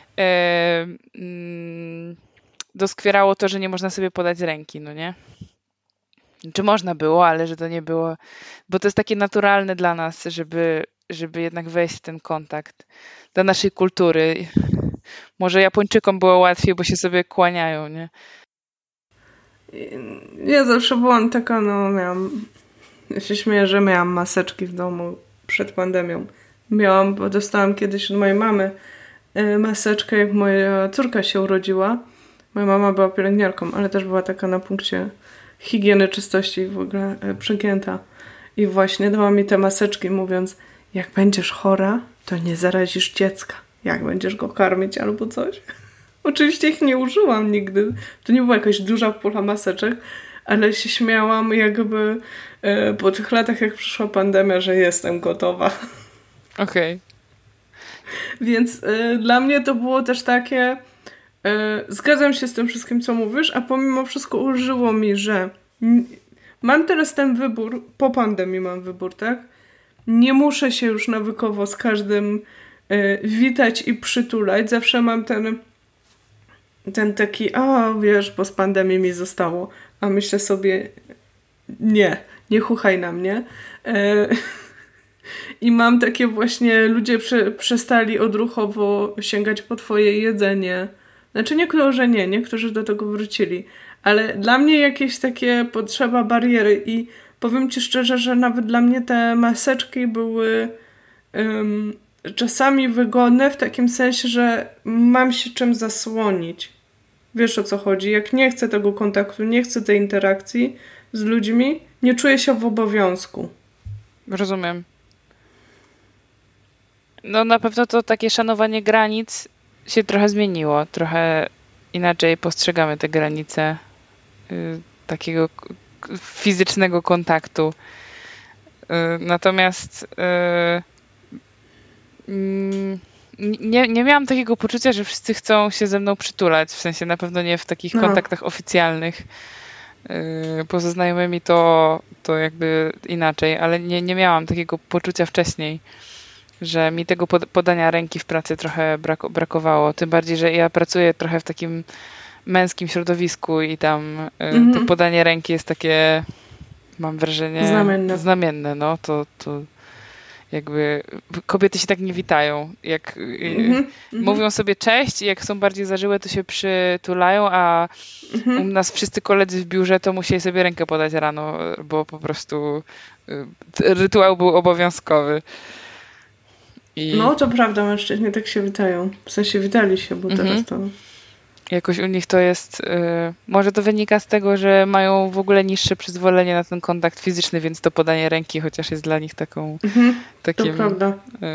[SPEAKER 2] doskwierało to, że nie można sobie podać ręki, no nie? Czy można było, ale że to nie było, bo to jest takie naturalne dla nas, żeby jednak wejść w ten kontakt dla naszej kultury. Może Japończykom było łatwiej, bo się sobie kłaniają, nie?
[SPEAKER 1] Ja zawsze byłam taka, ja się śmieję, że miałam maseczki w domu przed pandemią. Bo dostałam kiedyś od mojej mamy maseczkę, jak moja córka się urodziła. Moja mama była pielęgniarką, ale też była taka na punkcie higieny, czystości w ogóle przegięta. I właśnie dała mi te maseczki, mówiąc, jak będziesz chora, to nie zarazisz dziecka. Jak będziesz go karmić albo coś. Oczywiście ich nie użyłam nigdy. To nie była jakaś duża pula maseczek, ale się śmiałam jakby po tych latach, jak przyszła pandemia, że jestem gotowa.
[SPEAKER 2] Okej.
[SPEAKER 1] Więc dla mnie to było też takie... Zgadzam się z tym wszystkim, co mówisz, a pomimo wszystko ulżyło mi, że mam teraz ten wybór, po pandemii mam wybór, tak? Nie muszę się już nawykowo z każdym witać i przytulać. Zawsze mam ten taki, wiesz, bo z pandemii mi zostało. A myślę sobie, nie chuchaj na mnie. I mam takie właśnie, ludzie przestali odruchowo sięgać po twoje jedzenie. Znaczy niektórzy do tego wrócili. Ale dla mnie jakieś takie potrzeba bariery i powiem ci szczerze, że nawet dla mnie te maseczki były czasami wygodne w takim sensie, że mam się czym zasłonić. Wiesz, o co chodzi? Jak nie chcę tego kontaktu, nie chcę tej interakcji z ludźmi, nie czuję się w obowiązku.
[SPEAKER 2] Rozumiem. No na pewno to takie szanowanie granic się trochę zmieniło. Trochę inaczej postrzegamy te granice takiego fizycznego kontaktu. Natomiast nie miałam takiego poczucia, że wszyscy chcą się ze mną przytulać. W sensie na pewno nie w takich kontaktach oficjalnych. Poza znajomymi to jakby inaczej, ale nie miałam takiego poczucia wcześniej, że mi tego podania ręki w pracy trochę brakowało. Tym bardziej, że ja pracuję trochę w takim męskim środowisku i tam to podanie ręki jest takie, mam wrażenie, znamienne. No, to jakby kobiety się tak nie witają. Jak mówią sobie cześć i jak są bardziej zażyłe, to się przytulają, a u nas wszyscy koledzy w biurze to musieli sobie rękę podać rano, bo po prostu rytuał był obowiązkowy.
[SPEAKER 1] No, to prawda, mężczyźni tak się witają. W sensie witali się, bo teraz to...
[SPEAKER 2] Jakoś u nich to jest... może to wynika z tego, że mają w ogóle niższe przyzwolenie na ten kontakt fizyczny, więc to podanie ręki chociaż jest dla nich takim...
[SPEAKER 1] To prawda.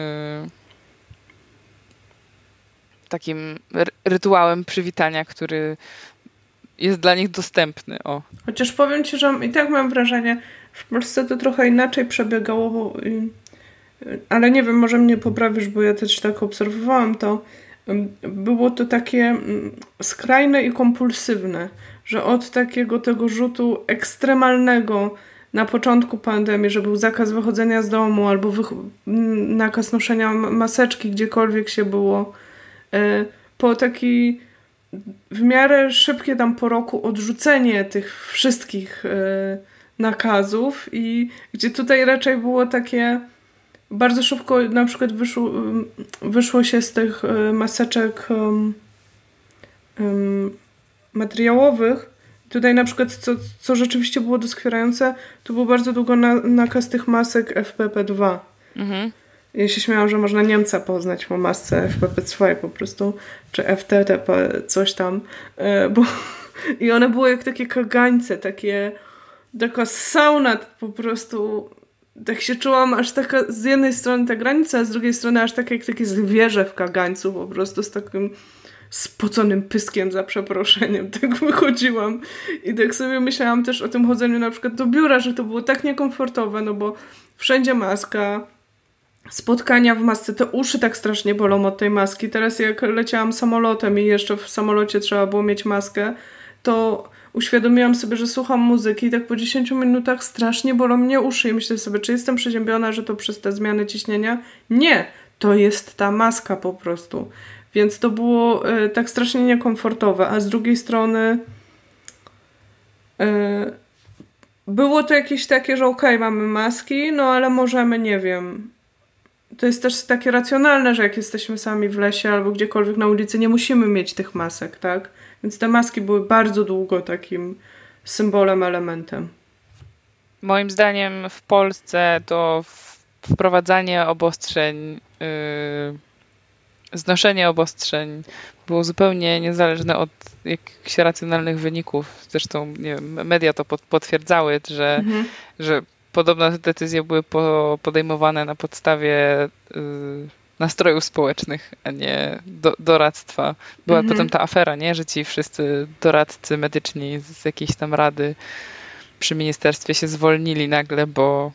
[SPEAKER 2] Takim rytuałem przywitania, który jest dla nich dostępny. O.
[SPEAKER 1] Chociaż powiem ci, że i tak mam wrażenie, w Polsce to trochę inaczej przebiegało, ale nie wiem, może mnie poprawisz, bo ja też tak obserwowałam to. Było to takie skrajne i kompulsywne, że od takiego tego rzutu ekstremalnego na początku pandemii, że był zakaz wychodzenia z domu albo nakaz noszenia maseczki gdziekolwiek się było, po taki w miarę szybkie tam po roku odrzucenie tych wszystkich nakazów i gdzie tutaj raczej było takie bardzo szybko na przykład wyszło się z tych maseczek materiałowych. Tutaj na przykład, co rzeczywiście było doskwierające, to był bardzo długo nakaz tych masek FPP2. Ja się śmiałam, że można Niemca poznać po masce FPP2 po prostu, czy FTP, coś tam. I one były jak takie kagańce, taka sauna po prostu. Tak się czułam aż taka, z jednej strony ta granica, a z drugiej strony aż tak jak takie zwierzę w kagańcu po prostu z takim spoconym pyskiem, za przeproszeniem. Tak wychodziłam i tak sobie myślałam też o tym chodzeniu na przykład do biura, że to było tak niekomfortowe, no bo wszędzie maska, spotkania w masce, te uszy tak strasznie bolą od tej maski. Teraz jak leciałam samolotem i jeszcze w samolocie trzeba było mieć maskę, to uświadomiłam sobie, że słucham muzyki i tak po 10 minutach strasznie bolą mnie uszy i myślę sobie, czy jestem przeziębiona, że to przez te zmiany ciśnienia? Nie, to jest ta maska po prostu. Więc to było tak strasznie niekomfortowe, a z drugiej strony było to jakieś takie, że okej, mamy maski, no ale możemy, nie wiem, to jest też takie racjonalne, że jak jesteśmy sami w lesie albo gdziekolwiek na ulicy, nie musimy mieć tych masek, tak? Więc te maski były bardzo długo takim symbolem, elementem.
[SPEAKER 2] Moim zdaniem w Polsce to wprowadzanie obostrzeń, znoszenie obostrzeń było zupełnie niezależne od jakichś racjonalnych wyników. Zresztą nie wiem, media to potwierdzały, że podobno te decyzje były podejmowane na podstawie nastrojów społecznych, a nie doradztwa. Była potem ta afera, nie? Że ci wszyscy doradcy medyczni z jakiejś tam rady przy ministerstwie się zwolnili nagle, bo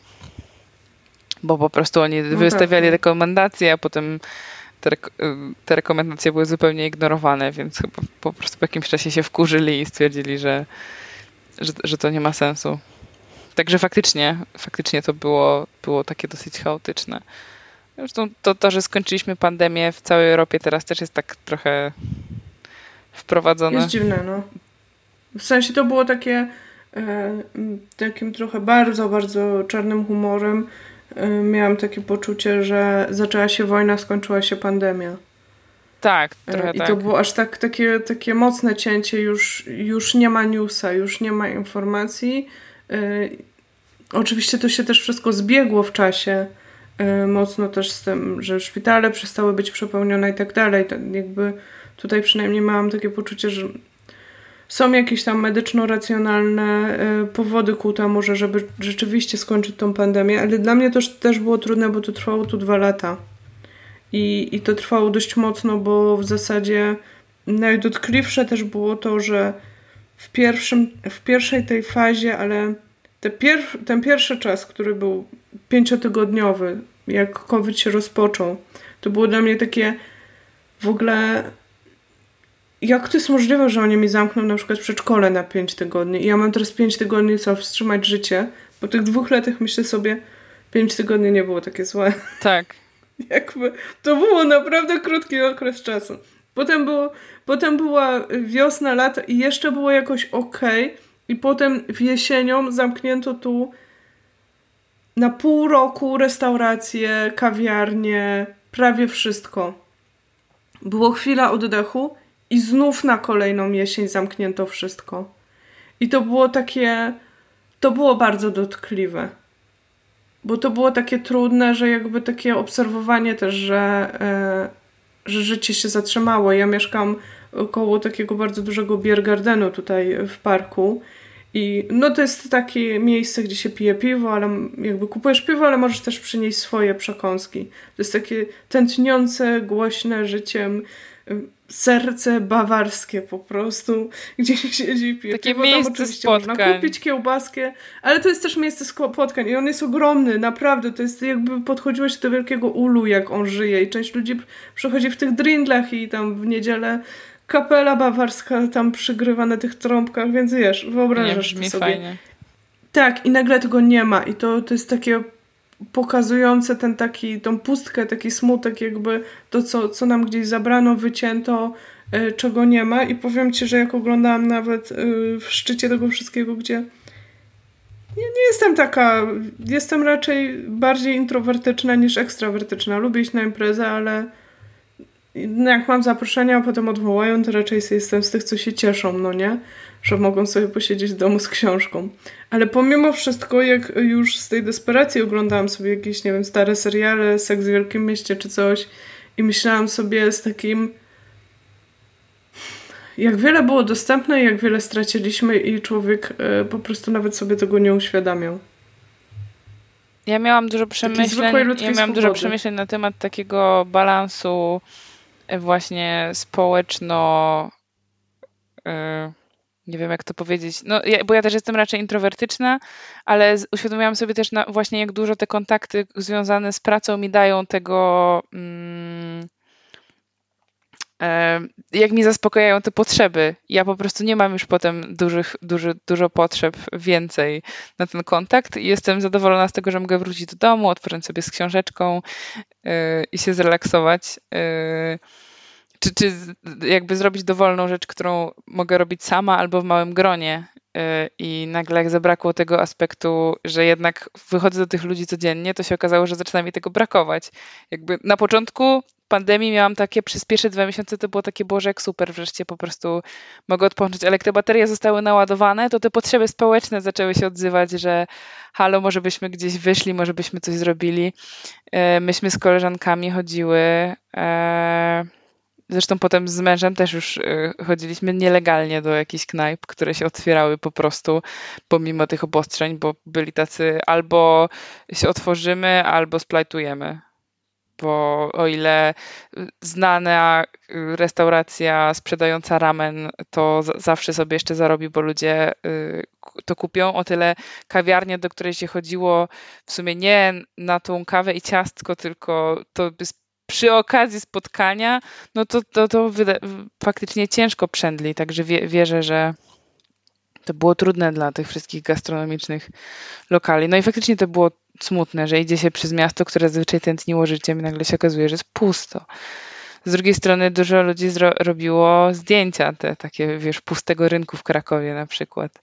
[SPEAKER 2] po prostu oni wystawiali rekomendacje, a potem te rekomendacje były zupełnie ignorowane, więc chyba po prostu po jakimś czasie się wkurzyli i stwierdzili, że to nie ma sensu. Także faktycznie to było takie dosyć chaotyczne. Zresztą to, że skończyliśmy pandemię w całej Europie teraz też jest tak trochę wprowadzone.
[SPEAKER 1] Jest dziwne, no. W sensie to było takie takim trochę bardzo, bardzo czarnym humorem. Miałam takie poczucie, że zaczęła się wojna, skończyła się pandemia.
[SPEAKER 2] Tak, trochę
[SPEAKER 1] I
[SPEAKER 2] tak.
[SPEAKER 1] to było aż tak takie mocne cięcie, już nie ma newsa, już nie ma informacji. Oczywiście to się też wszystko zbiegło w czasie, mocno też z tym, że szpitale przestały być przepełnione i tak dalej. Jakby tutaj przynajmniej miałam takie poczucie, że są jakieś tam medyczno-racjonalne powody ku temu, żeby rzeczywiście skończyć tą pandemię, ale dla mnie to też było trudne, bo to trwało tu 2 lata. I to trwało dość mocno, bo w zasadzie najdotkliwsze też było to, że w pierwszej tej fazie, ale ten pierwszy czas, który był 5-tygodniowy, jak COVID się rozpoczął, to było dla mnie takie w ogóle jak to jest możliwe, że oni mi zamkną na przykład przedszkole na 5 tygodni i ja mam teraz 5 tygodni wstrzymać życie? Po tych 2 latach myślę sobie, 5 tygodni nie było takie złe.
[SPEAKER 2] Tak.
[SPEAKER 1] Jakby to było naprawdę krótki okres czasu. Potem była wiosna, lato i jeszcze było jakoś okej. I potem jesienią zamknięto tu na pół roku restauracje, kawiarnie, prawie wszystko. Było chwila oddechu i znów na kolejną jesień zamknięto wszystko. I to było bardzo dotkliwe. Bo to było takie trudne, że jakby takie obserwowanie też, że życie się zatrzymało. Ja mieszkam koło takiego bardzo dużego Biergardenu tutaj w parku i no to jest takie miejsce, gdzie się pije piwo, ale jakby kupujesz piwo, ale możesz też przynieść swoje przekąski. To jest takie tętniące, głośne życiem serce bawarskie po prostu, gdzie się siedzi i pije
[SPEAKER 2] takie
[SPEAKER 1] piwo.
[SPEAKER 2] miejsce
[SPEAKER 1] tam oczywiście
[SPEAKER 2] spotkań.
[SPEAKER 1] można kupić kiełbaskę, ale to jest też miejsce spotkań i on jest ogromny, naprawdę. To jest jakby podchodziłeś do wielkiego ulu, jak on żyje i część ludzi przychodzi w tych drindlach i tam w niedzielę kapela bawarska tam przygrywa na tych trąbkach, więc wiesz, wyobrażasz to sobie.
[SPEAKER 2] Fajnie.
[SPEAKER 1] Tak, i nagle tego nie ma i to jest takie pokazujące tą pustkę, taki smutek, jakby to, co nam gdzieś zabrano, wycięto, czego nie ma. I powiem ci, że jak oglądałam nawet w szczycie tego wszystkiego, gdzie nie jestem taka, jestem raczej bardziej introwertyczna niż ekstrawertyczna. Lubię iść na imprezę, ale jak mam zaproszenia, a potem odwołają, to raczej jestem z tych, co się cieszą, no nie? Że mogą sobie posiedzieć w domu z książką. Ale pomimo wszystko, jak już z tej desperacji oglądałam sobie jakieś, nie wiem, stare seriale, Seks w Wielkim Mieście czy coś i myślałam sobie z takim jak wiele było dostępne i jak wiele straciliśmy i człowiek po prostu nawet sobie tego nie uświadamiał.
[SPEAKER 2] Ja miałam dużo przemyśleń na temat takiego balansu właśnie społeczno... nie wiem jak to powiedzieć, no, bo ja też jestem raczej introwertyczna, ale uświadomiłam sobie też właśnie jak dużo te kontakty związane z pracą mi dają tego, jak mi zaspokajają te potrzeby. Ja po prostu nie mam już potem dużo potrzeb więcej na ten kontakt i jestem zadowolona z tego, że mogę wrócić do domu, otworzyć sobie z książeczką i się zrelaksować. Czy jakby zrobić dowolną rzecz, którą mogę robić sama albo w małym gronie. I nagle jak zabrakło tego aspektu, że jednak wychodzę do tych ludzi codziennie, to się okazało, że zaczyna mi tego brakować. Jakby na początku pandemii miałam takie, przez pierwsze 2 miesiące to było takie, Boże, jak super, wreszcie po prostu mogę odpocząć, ale jak te baterie zostały naładowane, to te potrzeby społeczne zaczęły się odzywać, że halo, może byśmy gdzieś wyszli, może byśmy coś zrobili. Myśmy z koleżankami chodziły... Zresztą potem z mężem też już chodziliśmy nielegalnie do jakichś knajp, które się otwierały po prostu pomimo tych obostrzeń, bo byli tacy albo się otworzymy, albo splajtujemy. Bo o ile znana restauracja sprzedająca ramen to zawsze sobie jeszcze zarobi, bo ludzie to kupią, o tyle kawiarnia, do której się chodziło w sumie nie na tą kawę i ciastko, tylko to przy okazji spotkania, no to faktycznie ciężko przędli, także wierzę, że to było trudne dla tych wszystkich gastronomicznych lokali. No i faktycznie to było smutne, że idzie się przez miasto, które zazwyczaj tętniło życiem i nagle się okazuje, że jest pusto. Z drugiej strony dużo ludzi robiło zdjęcia, te takie, wiesz, pustego rynku w Krakowie na przykład.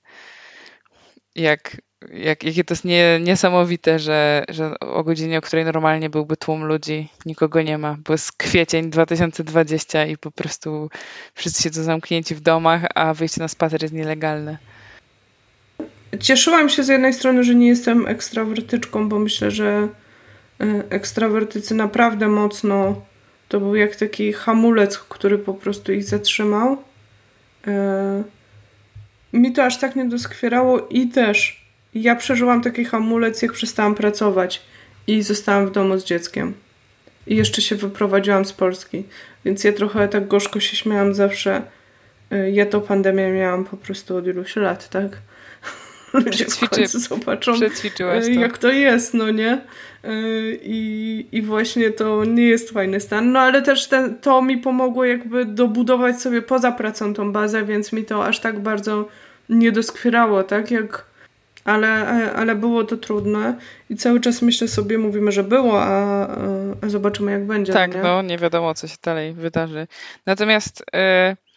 [SPEAKER 2] Jakie to jest niesamowite, że o godzinie, o której normalnie byłby tłum ludzi, nikogo nie ma, bo jest kwiecień 2020 i po prostu wszyscy siedzą zamknięci w domach, a wyjście na spacer jest nielegalne.
[SPEAKER 1] Cieszyłam się z jednej strony, że nie jestem ekstrawertyczką, bo myślę, że ekstrawertycy naprawdę mocno to był jak taki hamulec, który po prostu ich zatrzymał. Mi to aż tak nie doskwierało i też ja przeżyłam taki hamulec, jak przestałam pracować i zostałam w domu z dzieckiem. I jeszcze się wyprowadziłam z Polski. Więc ja trochę tak gorzko się śmiałam zawsze. Ja to pandemię miałam po prostu od iluś lat, tak? Ludzie w końcu zobaczą, jak to jest, no nie? I właśnie to nie jest fajny stan. No ale też to mi pomogło jakby dobudować sobie poza pracą tą bazę, więc mi to aż tak bardzo nie doskwierało, tak? Ale było to trudne i cały czas myślę sobie, mówimy, że było, a zobaczymy jak będzie.
[SPEAKER 2] Tak, nie wiadomo co się dalej wydarzy. Natomiast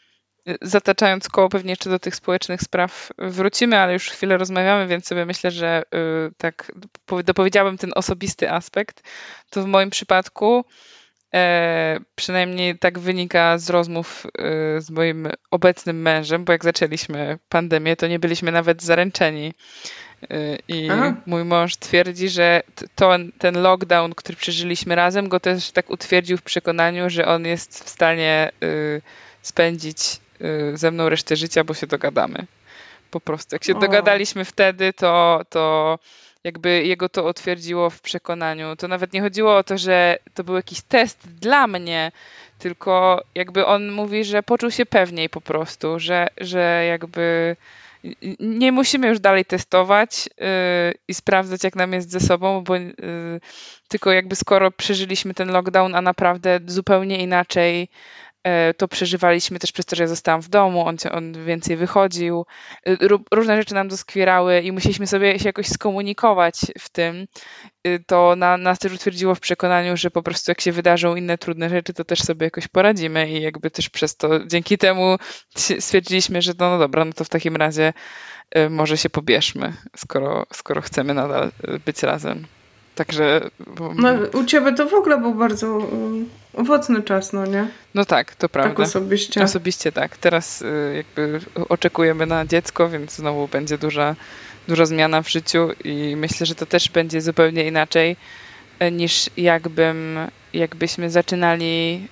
[SPEAKER 2] zataczając koło, pewnie jeszcze do tych społecznych spraw wrócimy, ale już chwilę rozmawiamy, więc sobie myślę, że tak dopowiedziałabym ten osobisty aspekt. To w moim przypadku przynajmniej tak wynika z rozmów z moim obecnym mężem, bo jak zaczęliśmy pandemię, to nie byliśmy nawet zaręczeni. I mój mąż twierdzi, że ten lockdown, który przeżyliśmy razem, go też tak utwierdził w przekonaniu, że on jest w stanie spędzić ze mną resztę życia, bo się dogadamy. Po prostu. Jak się dogadaliśmy wtedy, to jakby jego to utwierdziło w przekonaniu. To nawet nie chodziło o to, że to był jakiś test dla mnie, tylko jakby on mówi, że poczuł się pewniej po prostu, że jakby nie musimy już dalej testować i sprawdzać, jak nam jest ze sobą, bo tylko jakby skoro przeżyliśmy ten lockdown, a naprawdę zupełnie inaczej to przeżywaliśmy też przez to, że ja zostałam w domu, on więcej wychodził, różne rzeczy nam doskwierały i musieliśmy sobie się jakoś skomunikować w tym. To nas też utwierdziło w przekonaniu, że po prostu jak się wydarzą inne trudne rzeczy, to też sobie jakoś poradzimy i jakby też przez to, dzięki temu stwierdziliśmy, że no dobra, no to w takim razie może się pobierzmy, skoro chcemy nadal być razem. Także...
[SPEAKER 1] No, u ciebie to w ogóle był bardzo owocny czas, no nie?
[SPEAKER 2] No tak, to prawda.
[SPEAKER 1] Tak osobiście.
[SPEAKER 2] Osobiście tak. Teraz jakby oczekujemy na dziecko, więc znowu będzie duża zmiana w życiu i myślę, że to też będzie zupełnie inaczej niż jakbyśmy zaczynali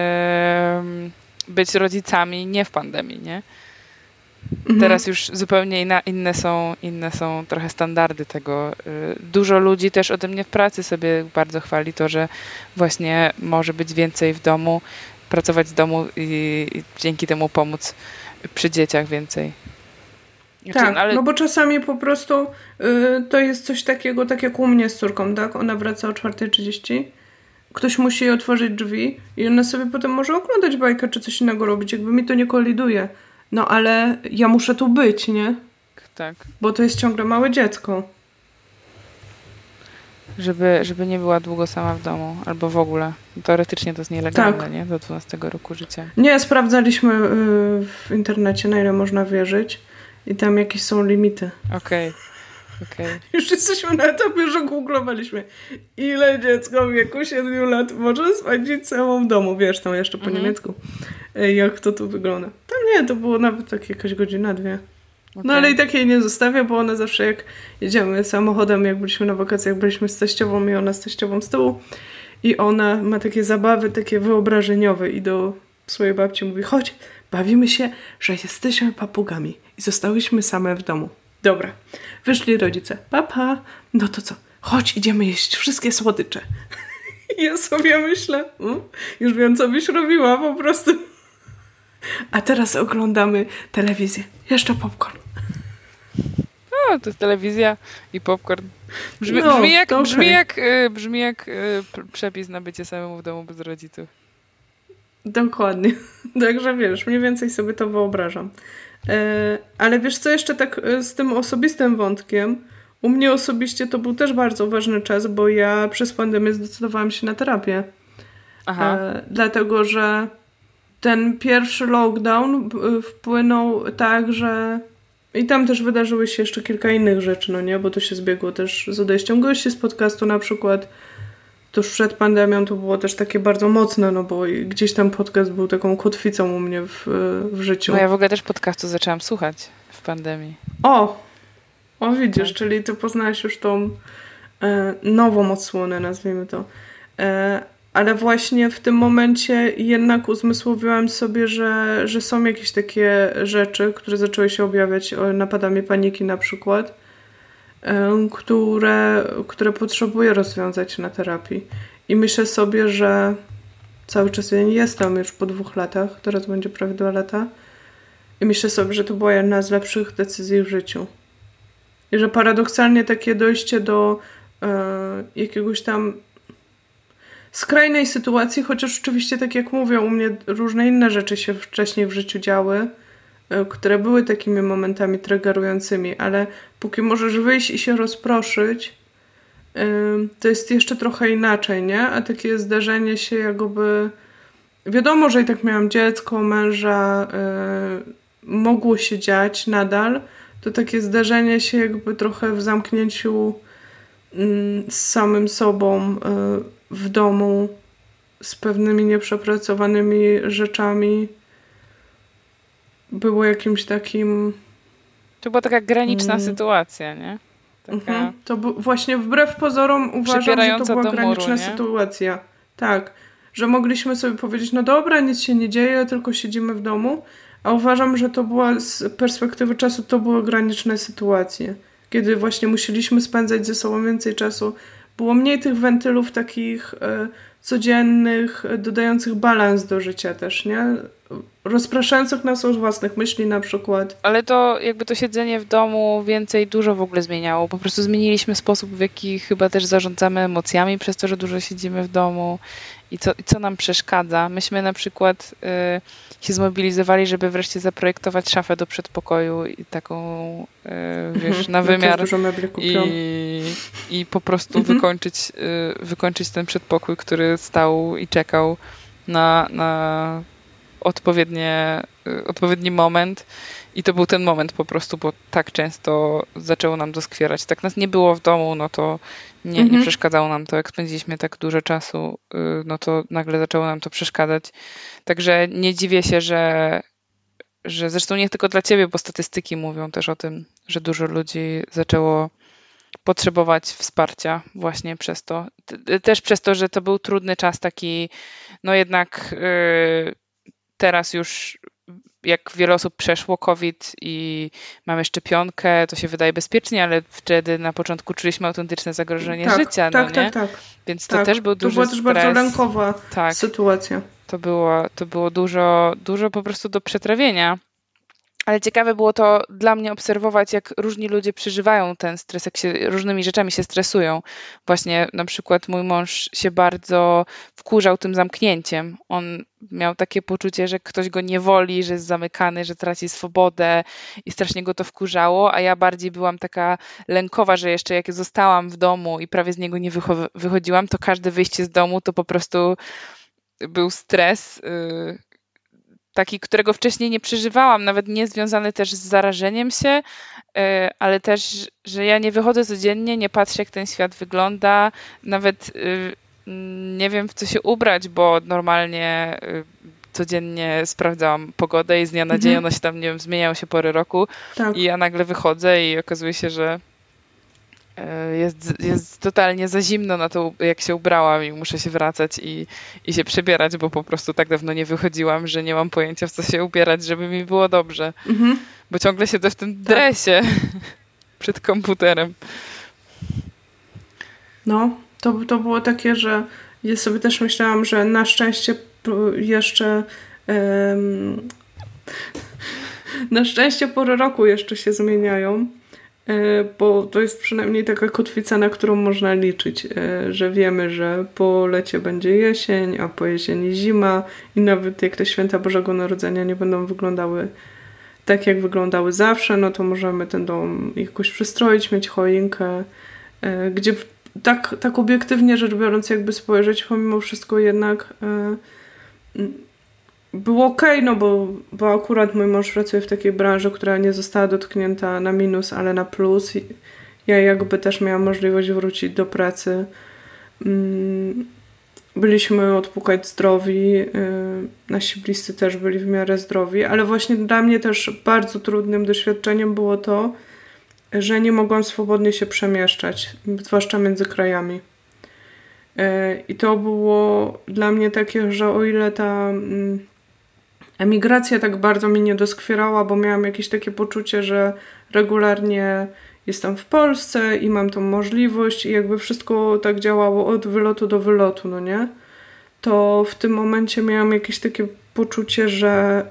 [SPEAKER 2] być rodzicami nie w pandemii, nie? Teraz już zupełnie inne są trochę standardy tego. Dużo ludzi też ode mnie w pracy sobie bardzo chwali to, że właśnie może być więcej w domu, pracować z domu i dzięki temu pomóc przy dzieciach więcej.
[SPEAKER 1] Tak, no bo czasami po prostu to jest coś takiego, tak jak u mnie z córką, tak? Ona wraca o 4:30, ktoś musi jej otworzyć drzwi i ona sobie potem może oglądać bajkę czy coś innego robić, jakby mi to nie koliduje. No ale ja muszę tu być, nie?
[SPEAKER 2] Tak.
[SPEAKER 1] Bo to jest ciągle małe dziecko.
[SPEAKER 2] Żeby nie była długo sama w domu, albo w ogóle. Teoretycznie to jest nielegalne, nie? Do 12 roku życia.
[SPEAKER 1] Nie, sprawdzaliśmy w internecie, na ile można wierzyć i tam jakieś są limity.
[SPEAKER 2] Okej.
[SPEAKER 1] Już jesteśmy na etapie, że googlowaliśmy, ile dziecko w wieku 7 lat może spędzić samą w domu. Wiesz, tam jeszcze po niemiecku. Jak to tu wygląda. Tam nie, to było nawet tak jakaś godzina, 2. No ale i tak jej nie zostawię, bo ona zawsze jak jedziemy samochodem, jak byliśmy na wakacjach, byliśmy z teściową i ona z teściową z tyłu i ona ma takie zabawy, takie wyobrażeniowe i do swojej babci mówi, chodź, bawimy się, że jesteśmy papugami i zostałyśmy same w domu. Dobra, wyszli rodzice, papa, no to co, chodź, idziemy jeść wszystkie słodycze. I ja sobie myślę, już wiem, co byś robiła po prostu. A teraz oglądamy telewizję. Jeszcze popcorn.
[SPEAKER 2] O, to jest telewizja i popcorn. Brzmi jak przepis na bycie samemu w domu bez rodziców.
[SPEAKER 1] Dokładnie. Także wiesz, mniej więcej sobie to wyobrażam. Ale wiesz co, jeszcze tak z tym osobistym wątkiem. U mnie osobiście to był też bardzo ważny czas, bo ja przez pandemię zdecydowałam się na terapię. Dlatego, że ten pierwszy lockdown wpłynął tak, że i tam też wydarzyły się jeszcze kilka innych rzeczy, no nie? Bo to się zbiegło też z odejściem gości z podcastu na przykład. Tuż przed pandemią to było też takie bardzo mocne, no bo gdzieś tam podcast był taką kotwicą u mnie w życiu.
[SPEAKER 2] No ja w ogóle też podcastu zaczęłam słuchać w pandemii.
[SPEAKER 1] O widzisz, tak. Czyli ty poznałaś już tą nową odsłonę, nazwijmy to. Ale właśnie w tym momencie jednak uzmysłowiłam sobie, że są jakieś takie rzeczy, które zaczęły się objawiać napadami paniki na przykład, które potrzebuję rozwiązać na terapii. I myślę sobie, że cały czas ja nie jestem już po 2 latach, teraz będzie prawie 2 lata. I myślę sobie, że to była jedna z lepszych decyzji w życiu. I że paradoksalnie takie dojście do jakiegoś tam skrajnej sytuacji, chociaż oczywiście, tak jak mówię, u mnie różne inne rzeczy się wcześniej w życiu działy, które były takimi momentami triggerującymi, ale póki możesz wyjść i się rozproszyć, to jest jeszcze trochę inaczej, nie? A takie zdarzenie się jakby wiadomo, że i tak miałam dziecko, męża, mogło się dziać nadal, to takie zdarzenie się jakby trochę w zamknięciu z samym sobą w domu, z pewnymi nieprzepracowanymi rzeczami było jakimś takim...
[SPEAKER 2] To była taka graniczna sytuacja, nie? Taka...
[SPEAKER 1] To właśnie wbrew pozorom uważam, że to była graniczna sytuacja. Tak, że mogliśmy sobie powiedzieć, no dobra, nic się nie dzieje, tylko siedzimy w domu, a uważam, że to była z perspektywy czasu to były graniczne sytuacje, kiedy właśnie musieliśmy spędzać ze sobą więcej czasu. Było mniej tych wentylów takich codziennych, dodających balans do życia też, nie? Rozpraszających nas od własnych myśli na przykład.
[SPEAKER 2] Ale to jakby to siedzenie w domu dużo w ogóle zmieniało. Po prostu zmieniliśmy sposób, w jaki chyba też zarządzamy emocjami przez to, że dużo siedzimy w domu i co nam przeszkadza. Myśmy na przykład się zmobilizowali, żeby wreszcie zaprojektować szafę do przedpokoju i taką, wiesz, na wymiar i po prostu wykończyć ten przedpokój, który stał i czekał na odpowiedni moment i to był ten moment po prostu, bo tak często zaczęło nam doskwierać. Tak nas nie było w domu, no to nie przeszkadzało nam to. Jak spędziliśmy tak dużo czasu, no to nagle zaczęło nam to przeszkadzać. Także nie dziwię się, że zresztą nie tylko dla ciebie, bo statystyki mówią też o tym, że dużo ludzi zaczęło potrzebować wsparcia właśnie przez to. Też przez to, że to był trudny czas taki, no jednak teraz już jak wiele osób przeszło COVID i mamy szczepionkę, to się wydaje bezpiecznie, ale wtedy na początku czuliśmy autentyczne zagrożenie życia.
[SPEAKER 1] Tak.
[SPEAKER 2] Więc to też był duży
[SPEAKER 1] stres. To była też bardzo lękowa sytuacja.
[SPEAKER 2] To było dużo po prostu do przetrawienia. Ale ciekawe było to dla mnie obserwować, jak różni ludzie przeżywają ten stres, jak się różnymi rzeczami się stresują. Właśnie na przykład mój mąż się bardzo wkurzał tym zamknięciem. On miał takie poczucie, że ktoś go nie woli, że jest zamykany, że traci swobodę i strasznie go to wkurzało, a ja bardziej byłam taka lękowa, że jeszcze jak zostałam w domu i prawie z niego nie wychodziłam, to każde wyjście z domu to po prostu był stres, taki, którego wcześniej nie przeżywałam, nawet nie związany też z zarażeniem się, ale też, że ja nie wychodzę codziennie, nie patrzę, jak ten świat wygląda, nawet nie wiem, w co się ubrać, bo normalnie codziennie sprawdzałam pogodę i z dnia na dzień ona się tam, nie wiem, zmieniają się pory roku i ja nagle wychodzę i okazuje się, że jest totalnie za zimno na to, jak się ubrałam i muszę się wracać i się przebierać, bo po prostu tak dawno nie wychodziłam, że nie mam pojęcia, w co się ubierać, żeby mi było dobrze. Bo ciągle siedzę w tym dresie przed komputerem.
[SPEAKER 1] No, to było takie, że ja sobie też myślałam, że na szczęście jeszcze na szczęście pory roku jeszcze się zmieniają, bo to jest przynajmniej taka kotwica, na którą można liczyć, że wiemy, że po lecie będzie jesień, a po jesieni zima i nawet jak te święta Bożego Narodzenia nie będą wyglądały tak, jak wyglądały zawsze, no to możemy ten dom jakoś przystroić, mieć choinkę, gdzie tak obiektywnie rzecz biorąc jakby spojrzeć, pomimo wszystko jednak było okej, no bo akurat mój mąż pracuje w takiej branży, która nie została dotknięta na minus, ale na plus. Ja jakby też miałam możliwość wrócić do pracy. Byliśmy odpukać zdrowi, nasi bliscy też byli w miarę zdrowi, ale właśnie dla mnie też bardzo trudnym doświadczeniem było to, że nie mogłam swobodnie się przemieszczać, zwłaszcza między krajami. I to było dla mnie takie, że o ile ta emigracja tak bardzo mi nie doskwierała, bo miałam jakieś takie poczucie, że regularnie jestem w Polsce i mam tą możliwość i jakby wszystko tak działało od wylotu do wylotu, no nie? To w tym momencie miałam jakieś takie poczucie, że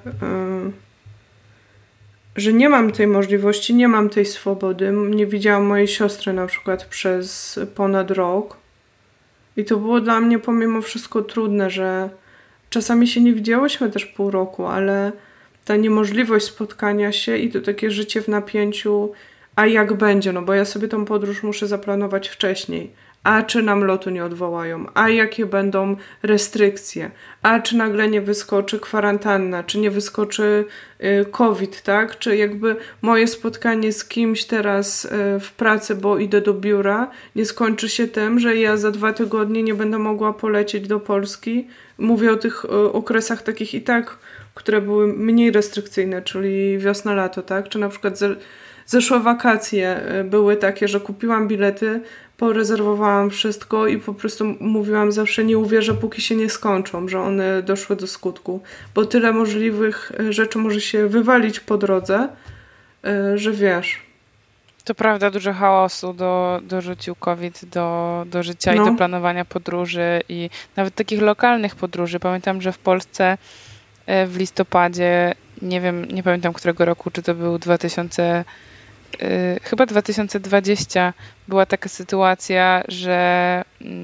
[SPEAKER 1] nie mam tej możliwości, nie mam tej swobody. Nie widziałam mojej siostry na przykład przez ponad rok. I to było dla mnie pomimo wszystko trudne, że czasami się nie widziałyśmy też pół roku, ale ta niemożliwość spotkania się i to takie życie w napięciu, a jak będzie, no bo ja sobie tą podróż muszę zaplanować wcześniej, a czy nam lotu nie odwołają, a jakie będą restrykcje, a czy nagle nie wyskoczy kwarantanna, czy nie wyskoczy COVID, tak? Czy jakby moje spotkanie z kimś teraz w pracy, bo idę do biura, nie skończy się tym, że ja za 2 tygodnie nie będę mogła polecieć do Polski. Mówię o tych okresach takich i tak, które były mniej restrykcyjne, czyli wiosna, lato, tak? Czy na przykład zeszłe wakacje były takie, że kupiłam bilety, porezerwowałam wszystko i po prostu mówiłam zawsze, nie uwierzę, póki się nie skończą, że one doszły do skutku. Bo tyle możliwych rzeczy może się wywalić po drodze, że wiesz.
[SPEAKER 2] To prawda, dużo chaosu dorzucił COVID do życia i do planowania podróży i nawet takich lokalnych podróży. Pamiętam, że w Polsce w listopadzie, nie pamiętam którego roku, czy to był chyba 2020, była taka sytuacja, że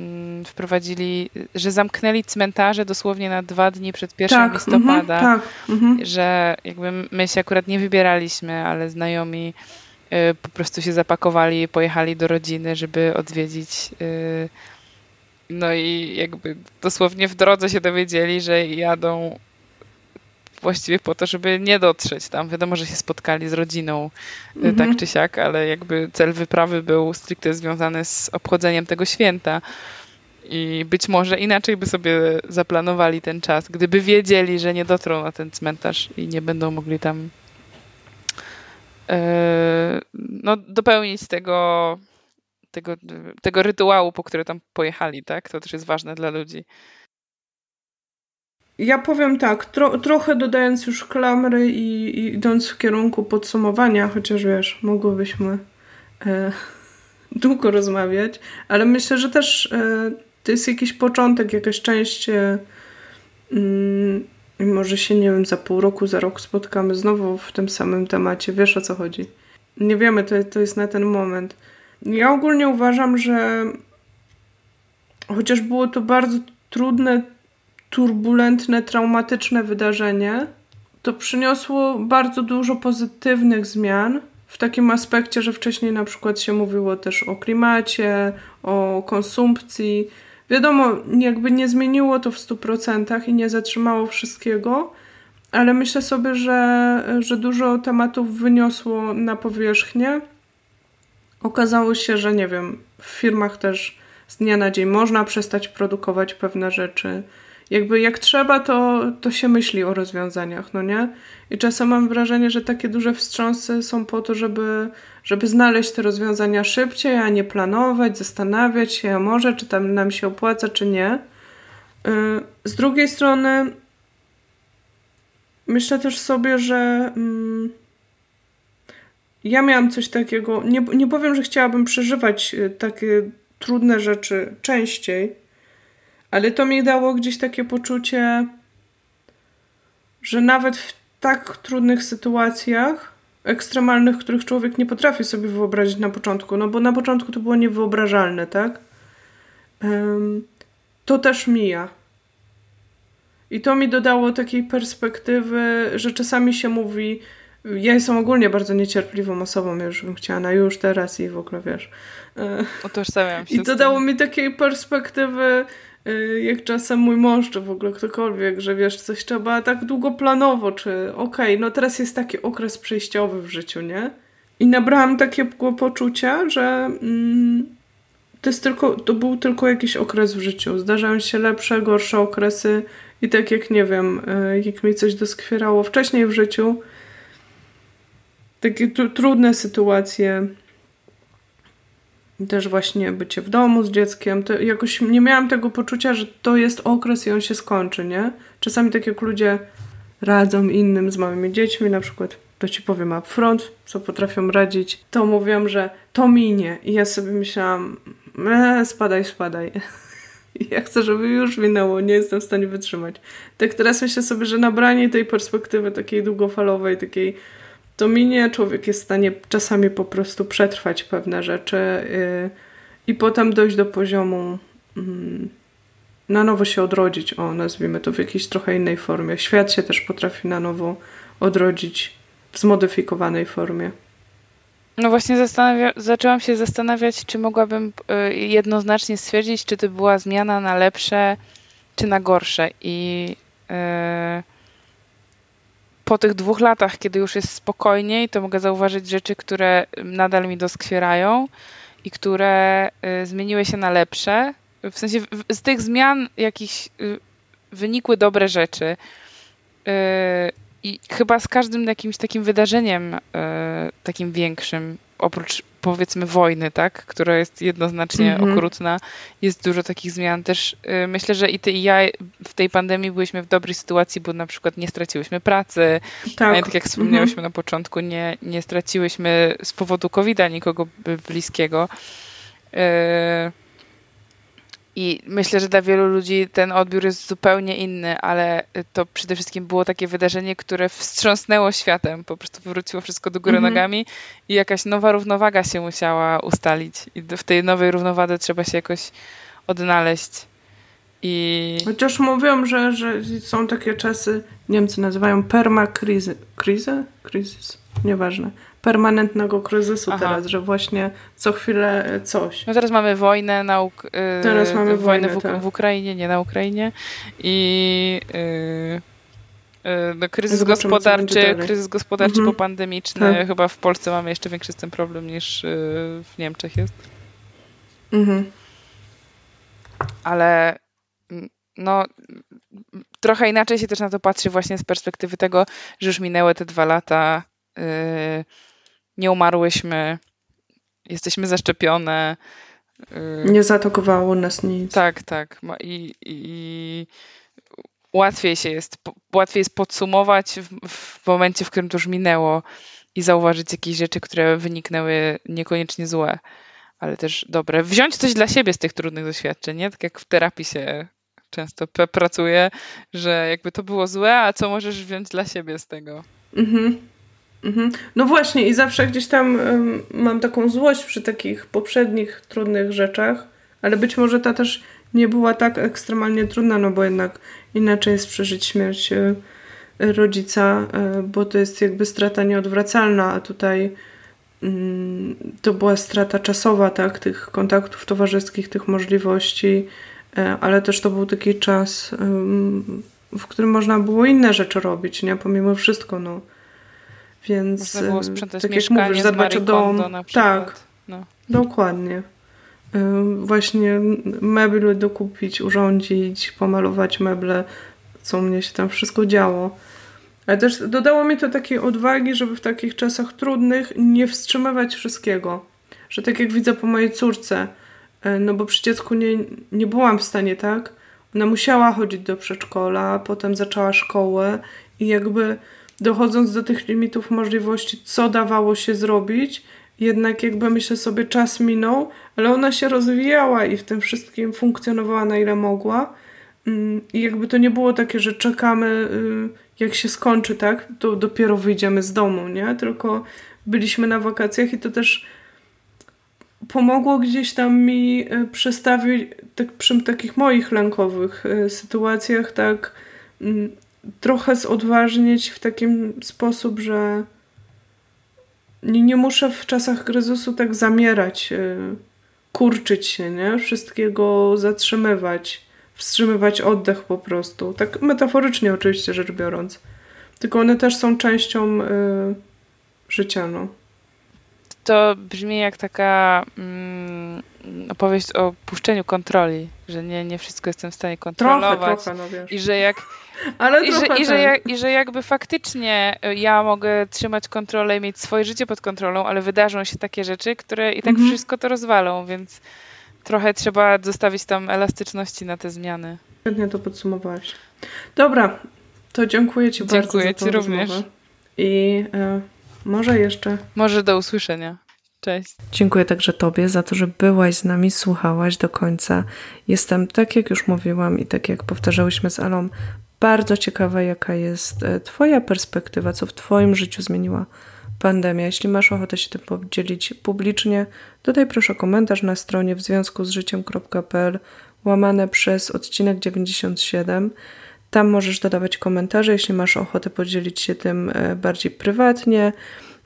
[SPEAKER 2] że zamknęli cmentarze dosłownie na 2 dni przed 1 listopada, że jakby my się akurat nie wybieraliśmy, ale znajomi po prostu się zapakowali i pojechali do rodziny, żeby odwiedzić. No i jakby dosłownie w drodze się dowiedzieli, że jadą właściwie po to, żeby nie dotrzeć tam. Wiadomo, że się spotkali z rodziną, tak czy siak, ale jakby cel wyprawy był stricte związany z obchodzeniem tego święta. I być może inaczej by sobie zaplanowali ten czas, gdyby wiedzieli, że nie dotrą na ten cmentarz i nie będą mogli tam dopełnić tego rytuału, po który tam pojechali, tak? To też jest ważne dla ludzi.
[SPEAKER 1] Ja powiem tak, trochę dodając już klamry i idąc w kierunku podsumowania, chociaż wiesz, mogłybyśmy długo rozmawiać, ale myślę, że też to jest jakiś początek, jakaś część może się, nie wiem, za pół roku, za rok spotkamy znowu w tym samym temacie. Wiesz, o co chodzi. Nie wiemy, to jest na ten moment. Ja ogólnie uważam, że chociaż było to bardzo trudne, turbulentne, traumatyczne wydarzenie, to przyniosło bardzo dużo pozytywnych zmian w takim aspekcie, że wcześniej na przykład się mówiło też o klimacie, o konsumpcji. Wiadomo, jakby nie zmieniło to w 100% i nie zatrzymało wszystkiego, ale myślę sobie, że dużo tematów wyniosło na powierzchnię. Okazało się, że nie wiem, w firmach też z dnia na dzień można przestać produkować pewne rzeczy. Jakby jak trzeba, to się myśli o rozwiązaniach, no nie? I czasem mam wrażenie, że takie duże wstrząsy są po to, żeby znaleźć te rozwiązania szybciej, a nie planować, zastanawiać się, a może czy tam nam się opłaca, czy nie. Z drugiej strony myślę też sobie, że ja miałam coś takiego, nie powiem, że chciałabym przeżywać takie trudne rzeczy częściej, ale to mi dało gdzieś takie poczucie, że nawet w tak trudnych sytuacjach ekstremalnych, których człowiek nie potrafi sobie wyobrazić na początku, no bo na początku to było niewyobrażalne, tak? To też mija. I to mi dodało takiej perspektywy, że czasami się mówi, ja jestem ogólnie bardzo niecierpliwą osobą, ja już bym chciała na już, teraz i w ogóle, wiesz.
[SPEAKER 2] Utożsamiam się.
[SPEAKER 1] I to dało mi takiej perspektywy, jak czasem mój mąż, czy w ogóle ktokolwiek, że wiesz, coś trzeba tak długoplanowo, czy okej, no teraz jest taki okres przejściowy w życiu, nie? I nabrałam takiego poczucia, że to był tylko jakiś okres w życiu. Zdarzają się lepsze, gorsze okresy i tak jak, nie wiem, jak mi coś doskwierało wcześniej w życiu, takie trudne sytuacje, też właśnie bycie w domu z dzieckiem, to jakoś nie miałam tego poczucia, że to jest okres i on się skończy, nie? Czasami tak jak ludzie radzą innym z małymi dziećmi, na przykład, to ci powiem upfront, co potrafią radzić, to mówią, że to minie. I ja sobie myślałam, spadaj. Ja chcę, żeby już minęło, nie jestem w stanie wytrzymać. Tak teraz myślę sobie, że nabranie tej perspektywy takiej długofalowej, takiej to minie, człowiek jest w stanie czasami po prostu przetrwać pewne rzeczy i potem dojść do poziomu na nowo się odrodzić, nazwijmy to w jakiejś trochę innej formie. Świat się też potrafi na nowo odrodzić w zmodyfikowanej formie.
[SPEAKER 2] No właśnie zaczęłam się zastanawiać, czy mogłabym jednoznacznie stwierdzić, czy to była zmiana na lepsze, czy na gorsze. I po tych 2 latach, kiedy już jest spokojniej, to mogę zauważyć rzeczy, które nadal mi doskwierają i które zmieniły się na lepsze. W sensie z tych zmian jakichś wynikły dobre rzeczy. I chyba z każdym jakimś takim wydarzeniem takim większym, oprócz powiedzmy wojny, tak, która jest jednoznacznie okrutna, jest dużo takich zmian. Też myślę, że i ty i ja w tej pandemii byliśmy w dobrej sytuacji, bo na przykład nie straciłyśmy pracy. Tak jak wspomniałyśmy na początku, nie straciłyśmy z powodu COVID-a nikogo bliskiego. I myślę, że dla wielu ludzi ten odbiór jest zupełnie inny, ale to przede wszystkim było takie wydarzenie, które wstrząsnęło światem. Po prostu wywróciło wszystko do góry nogami i jakaś nowa równowaga się musiała ustalić. I w tej nowej równowadze trzeba się jakoś odnaleźć.
[SPEAKER 1] Chociaż mówią, że są takie czasy, Niemcy nazywają kryzys? Nieważne. Permanentnego kryzysu teraz, że właśnie co chwilę coś.
[SPEAKER 2] No teraz mamy wojnę
[SPEAKER 1] teraz mamy wojnę
[SPEAKER 2] w Ukrainie, nie na Ukrainie i kryzys gospodarczy popandemiczny. Chyba w Polsce mamy jeszcze większy z tym problem niż w Niemczech jest. Ale no trochę inaczej się też na to patrzy właśnie z perspektywy tego, że już minęły te 2 lata, nie umarłyśmy, jesteśmy zaszczepione.
[SPEAKER 1] Nie zaatakowało nas nic.
[SPEAKER 2] Tak. I łatwiej jest podsumować w momencie, w którym to już minęło i zauważyć jakieś rzeczy, które wyniknęły niekoniecznie złe, ale też dobre. Wziąć coś dla siebie z tych trudnych doświadczeń, nie? Tak jak w terapii się często pracuje, że jakby to było złe, a co możesz wziąć dla siebie z tego?
[SPEAKER 1] No właśnie i zawsze gdzieś tam mam taką złość przy takich poprzednich trudnych rzeczach, ale być może ta też nie była tak ekstremalnie trudna, no bo jednak inaczej jest przeżyć śmierć rodzica, bo to jest jakby strata nieodwracalna, a tutaj to była strata czasowa, tak, tych kontaktów towarzyskich, tych możliwości, ale też to był taki czas, w którym można było inne rzeczy robić, nie? Pomimo wszystko, no. Więc
[SPEAKER 2] można było sprzątać
[SPEAKER 1] tak jak mówisz, zadbać o dom. Tak,
[SPEAKER 2] no.
[SPEAKER 1] Dokładnie. Właśnie meble dokupić, urządzić, pomalować meble, co u mnie się tam wszystko działo. Ale też dodało mi to takiej odwagi, żeby w takich czasach trudnych nie wstrzymywać wszystkiego. Że tak jak widzę po mojej córce, no bo przy dziecku nie byłam w stanie, tak? Ona musiała chodzić do przedszkola, potem zaczęła szkołę i jakby dochodząc do tych limitów możliwości, co dawało się zrobić, jednak jakby myślę sobie czas minął, ale ona się rozwijała i w tym wszystkim funkcjonowała na ile mogła. I jakby to nie było takie, że czekamy jak się skończy, tak? To dopiero wyjdziemy z domu, nie? Tylko byliśmy na wakacjach i to też pomogło gdzieś tam mi przestawić tak, przy takich moich lękowych sytuacjach tak trochę zodważnieć w takim sposób, że nie muszę w czasach kryzysu tak zamierać, kurczyć się, nie? Wszystkiego zatrzymywać, wstrzymywać oddech po prostu. Tak metaforycznie oczywiście rzecz biorąc. Tylko one też są częścią życia, no.
[SPEAKER 2] To brzmi jak taka opowieść o puszczeniu kontroli, że nie wszystko jestem w stanie kontrolować.
[SPEAKER 1] Trochę, no wiesz.
[SPEAKER 2] I że jakby faktycznie ja mogę trzymać kontrolę i mieć swoje życie pod kontrolą, ale wydarzą się takie rzeczy, które i tak wszystko to rozwalą, więc trochę trzeba zostawić tam elastyczności na te zmiany.
[SPEAKER 1] Świetnie to podsumowałaś. Dobra, to dziękuję Ci bardzo za tą
[SPEAKER 2] również.
[SPEAKER 1] rozmowę. I może jeszcze.
[SPEAKER 2] Może do usłyszenia. Cześć.
[SPEAKER 1] Dziękuję także Tobie za to, że byłaś z nami, słuchałaś do końca. Jestem, tak jak już mówiłam i tak jak powtarzałyśmy z Alą, bardzo ciekawa, jaka jest Twoja perspektywa, co w Twoim życiu zmieniła pandemia. Jeśli masz ochotę się tym podzielić publicznie, dodaj proszę komentarz na stronie wzwiązkuzżyciem.pl /odcinek 97. Tam możesz dodawać komentarze, jeśli masz ochotę podzielić się tym bardziej prywatnie.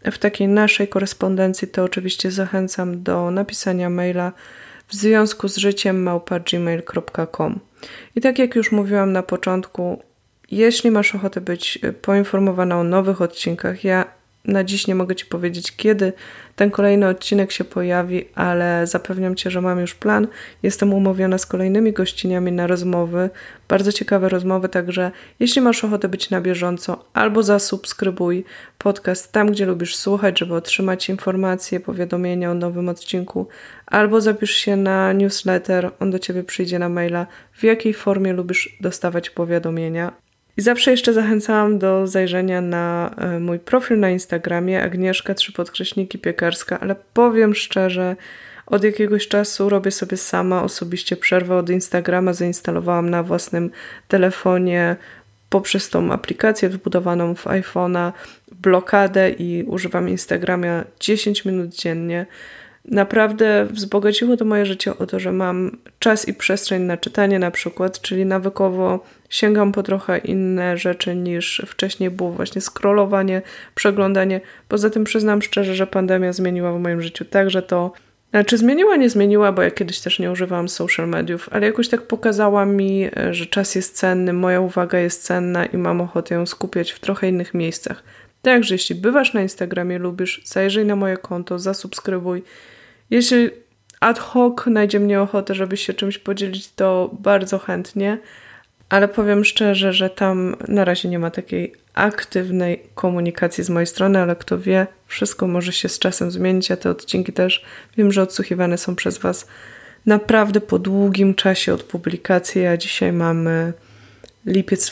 [SPEAKER 1] w takiej naszej korespondencji, to oczywiście zachęcam do napisania maila w związku z życiem @gmail.com. I tak jak już mówiłam na początku, jeśli masz ochotę być poinformowana o nowych odcinkach, ja na dziś nie mogę Ci powiedzieć, kiedy ten kolejny odcinek się pojawi, ale zapewniam Cię, że mam już plan. Jestem umówiona z kolejnymi gościniami na rozmowy, bardzo ciekawe rozmowy, także jeśli masz ochotę być na bieżąco, albo zasubskrybuj podcast tam, gdzie lubisz słuchać, żeby otrzymać informacje, powiadomienia o nowym odcinku, albo zapisz się na newsletter, on do Ciebie przyjdzie na maila, w jakiej formie lubisz dostawać powiadomienia. I zawsze jeszcze zachęcałam do zajrzenia na mój profil na Instagramie Agnieszka_piekarska, ale powiem szczerze, od jakiegoś czasu robię sobie sama osobiście przerwę od Instagrama, zainstalowałam na własnym telefonie poprzez tą aplikację wbudowaną w iPhone'a blokadę i używam Instagrama 10 minut dziennie. Naprawdę wzbogaciło to moje życie o to, że mam czas i przestrzeń na czytanie na przykład, czyli nawykowo sięgam po trochę inne rzeczy niż wcześniej było właśnie scrollowanie, przeglądanie. Poza tym przyznam szczerze, że pandemia zmieniła w moim życiu tak, że to... Znaczy zmieniła, nie zmieniła, bo ja kiedyś też nie używałam social mediów, ale jakoś tak pokazała mi, że czas jest cenny, moja uwaga jest cenna i mam ochotę ją skupiać w trochę innych miejscach. Także jeśli bywasz na Instagramie, lubisz, zajrzyj na moje konto, zasubskrybuj. Jeśli ad hoc najdzie mnie ochotę, żeby się czymś podzielić, to bardzo chętnie, ale powiem szczerze, że tam na razie nie ma takiej aktywnej komunikacji z mojej strony, ale kto wie, wszystko może się z czasem zmienić, a te odcinki też wiem, że odsłuchiwane są przez Was naprawdę po długim czasie od publikacji, a dzisiaj mamy lipiec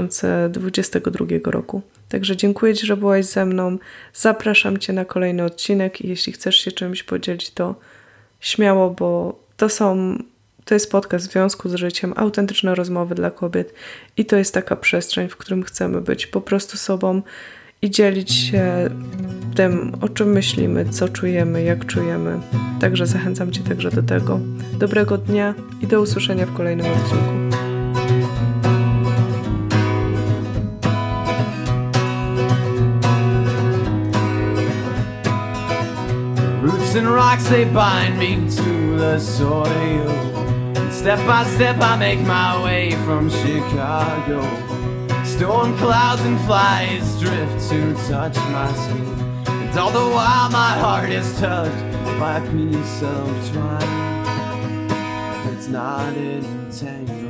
[SPEAKER 1] 2022 roku. Także dziękuję Ci, że byłaś ze mną. Zapraszam Cię na kolejny odcinek i jeśli chcesz się czymś podzielić, to śmiało, bo to jest podcast w związku z życiem, autentyczne rozmowy dla kobiet i to jest taka przestrzeń, w którym chcemy być po prostu sobą i dzielić się tym, o czym myślimy, co czujemy, jak czujemy. Także zachęcam Cię także do tego. Dobrego dnia i do usłyszenia w kolejnym odcinku.
[SPEAKER 3] Roots and rocks, they bind me to the soil. Step by step I make my way from Chicago. Storm clouds and flies drift to touch my skin. And all the while my heart is touched by a piece of twine. It's not entangled.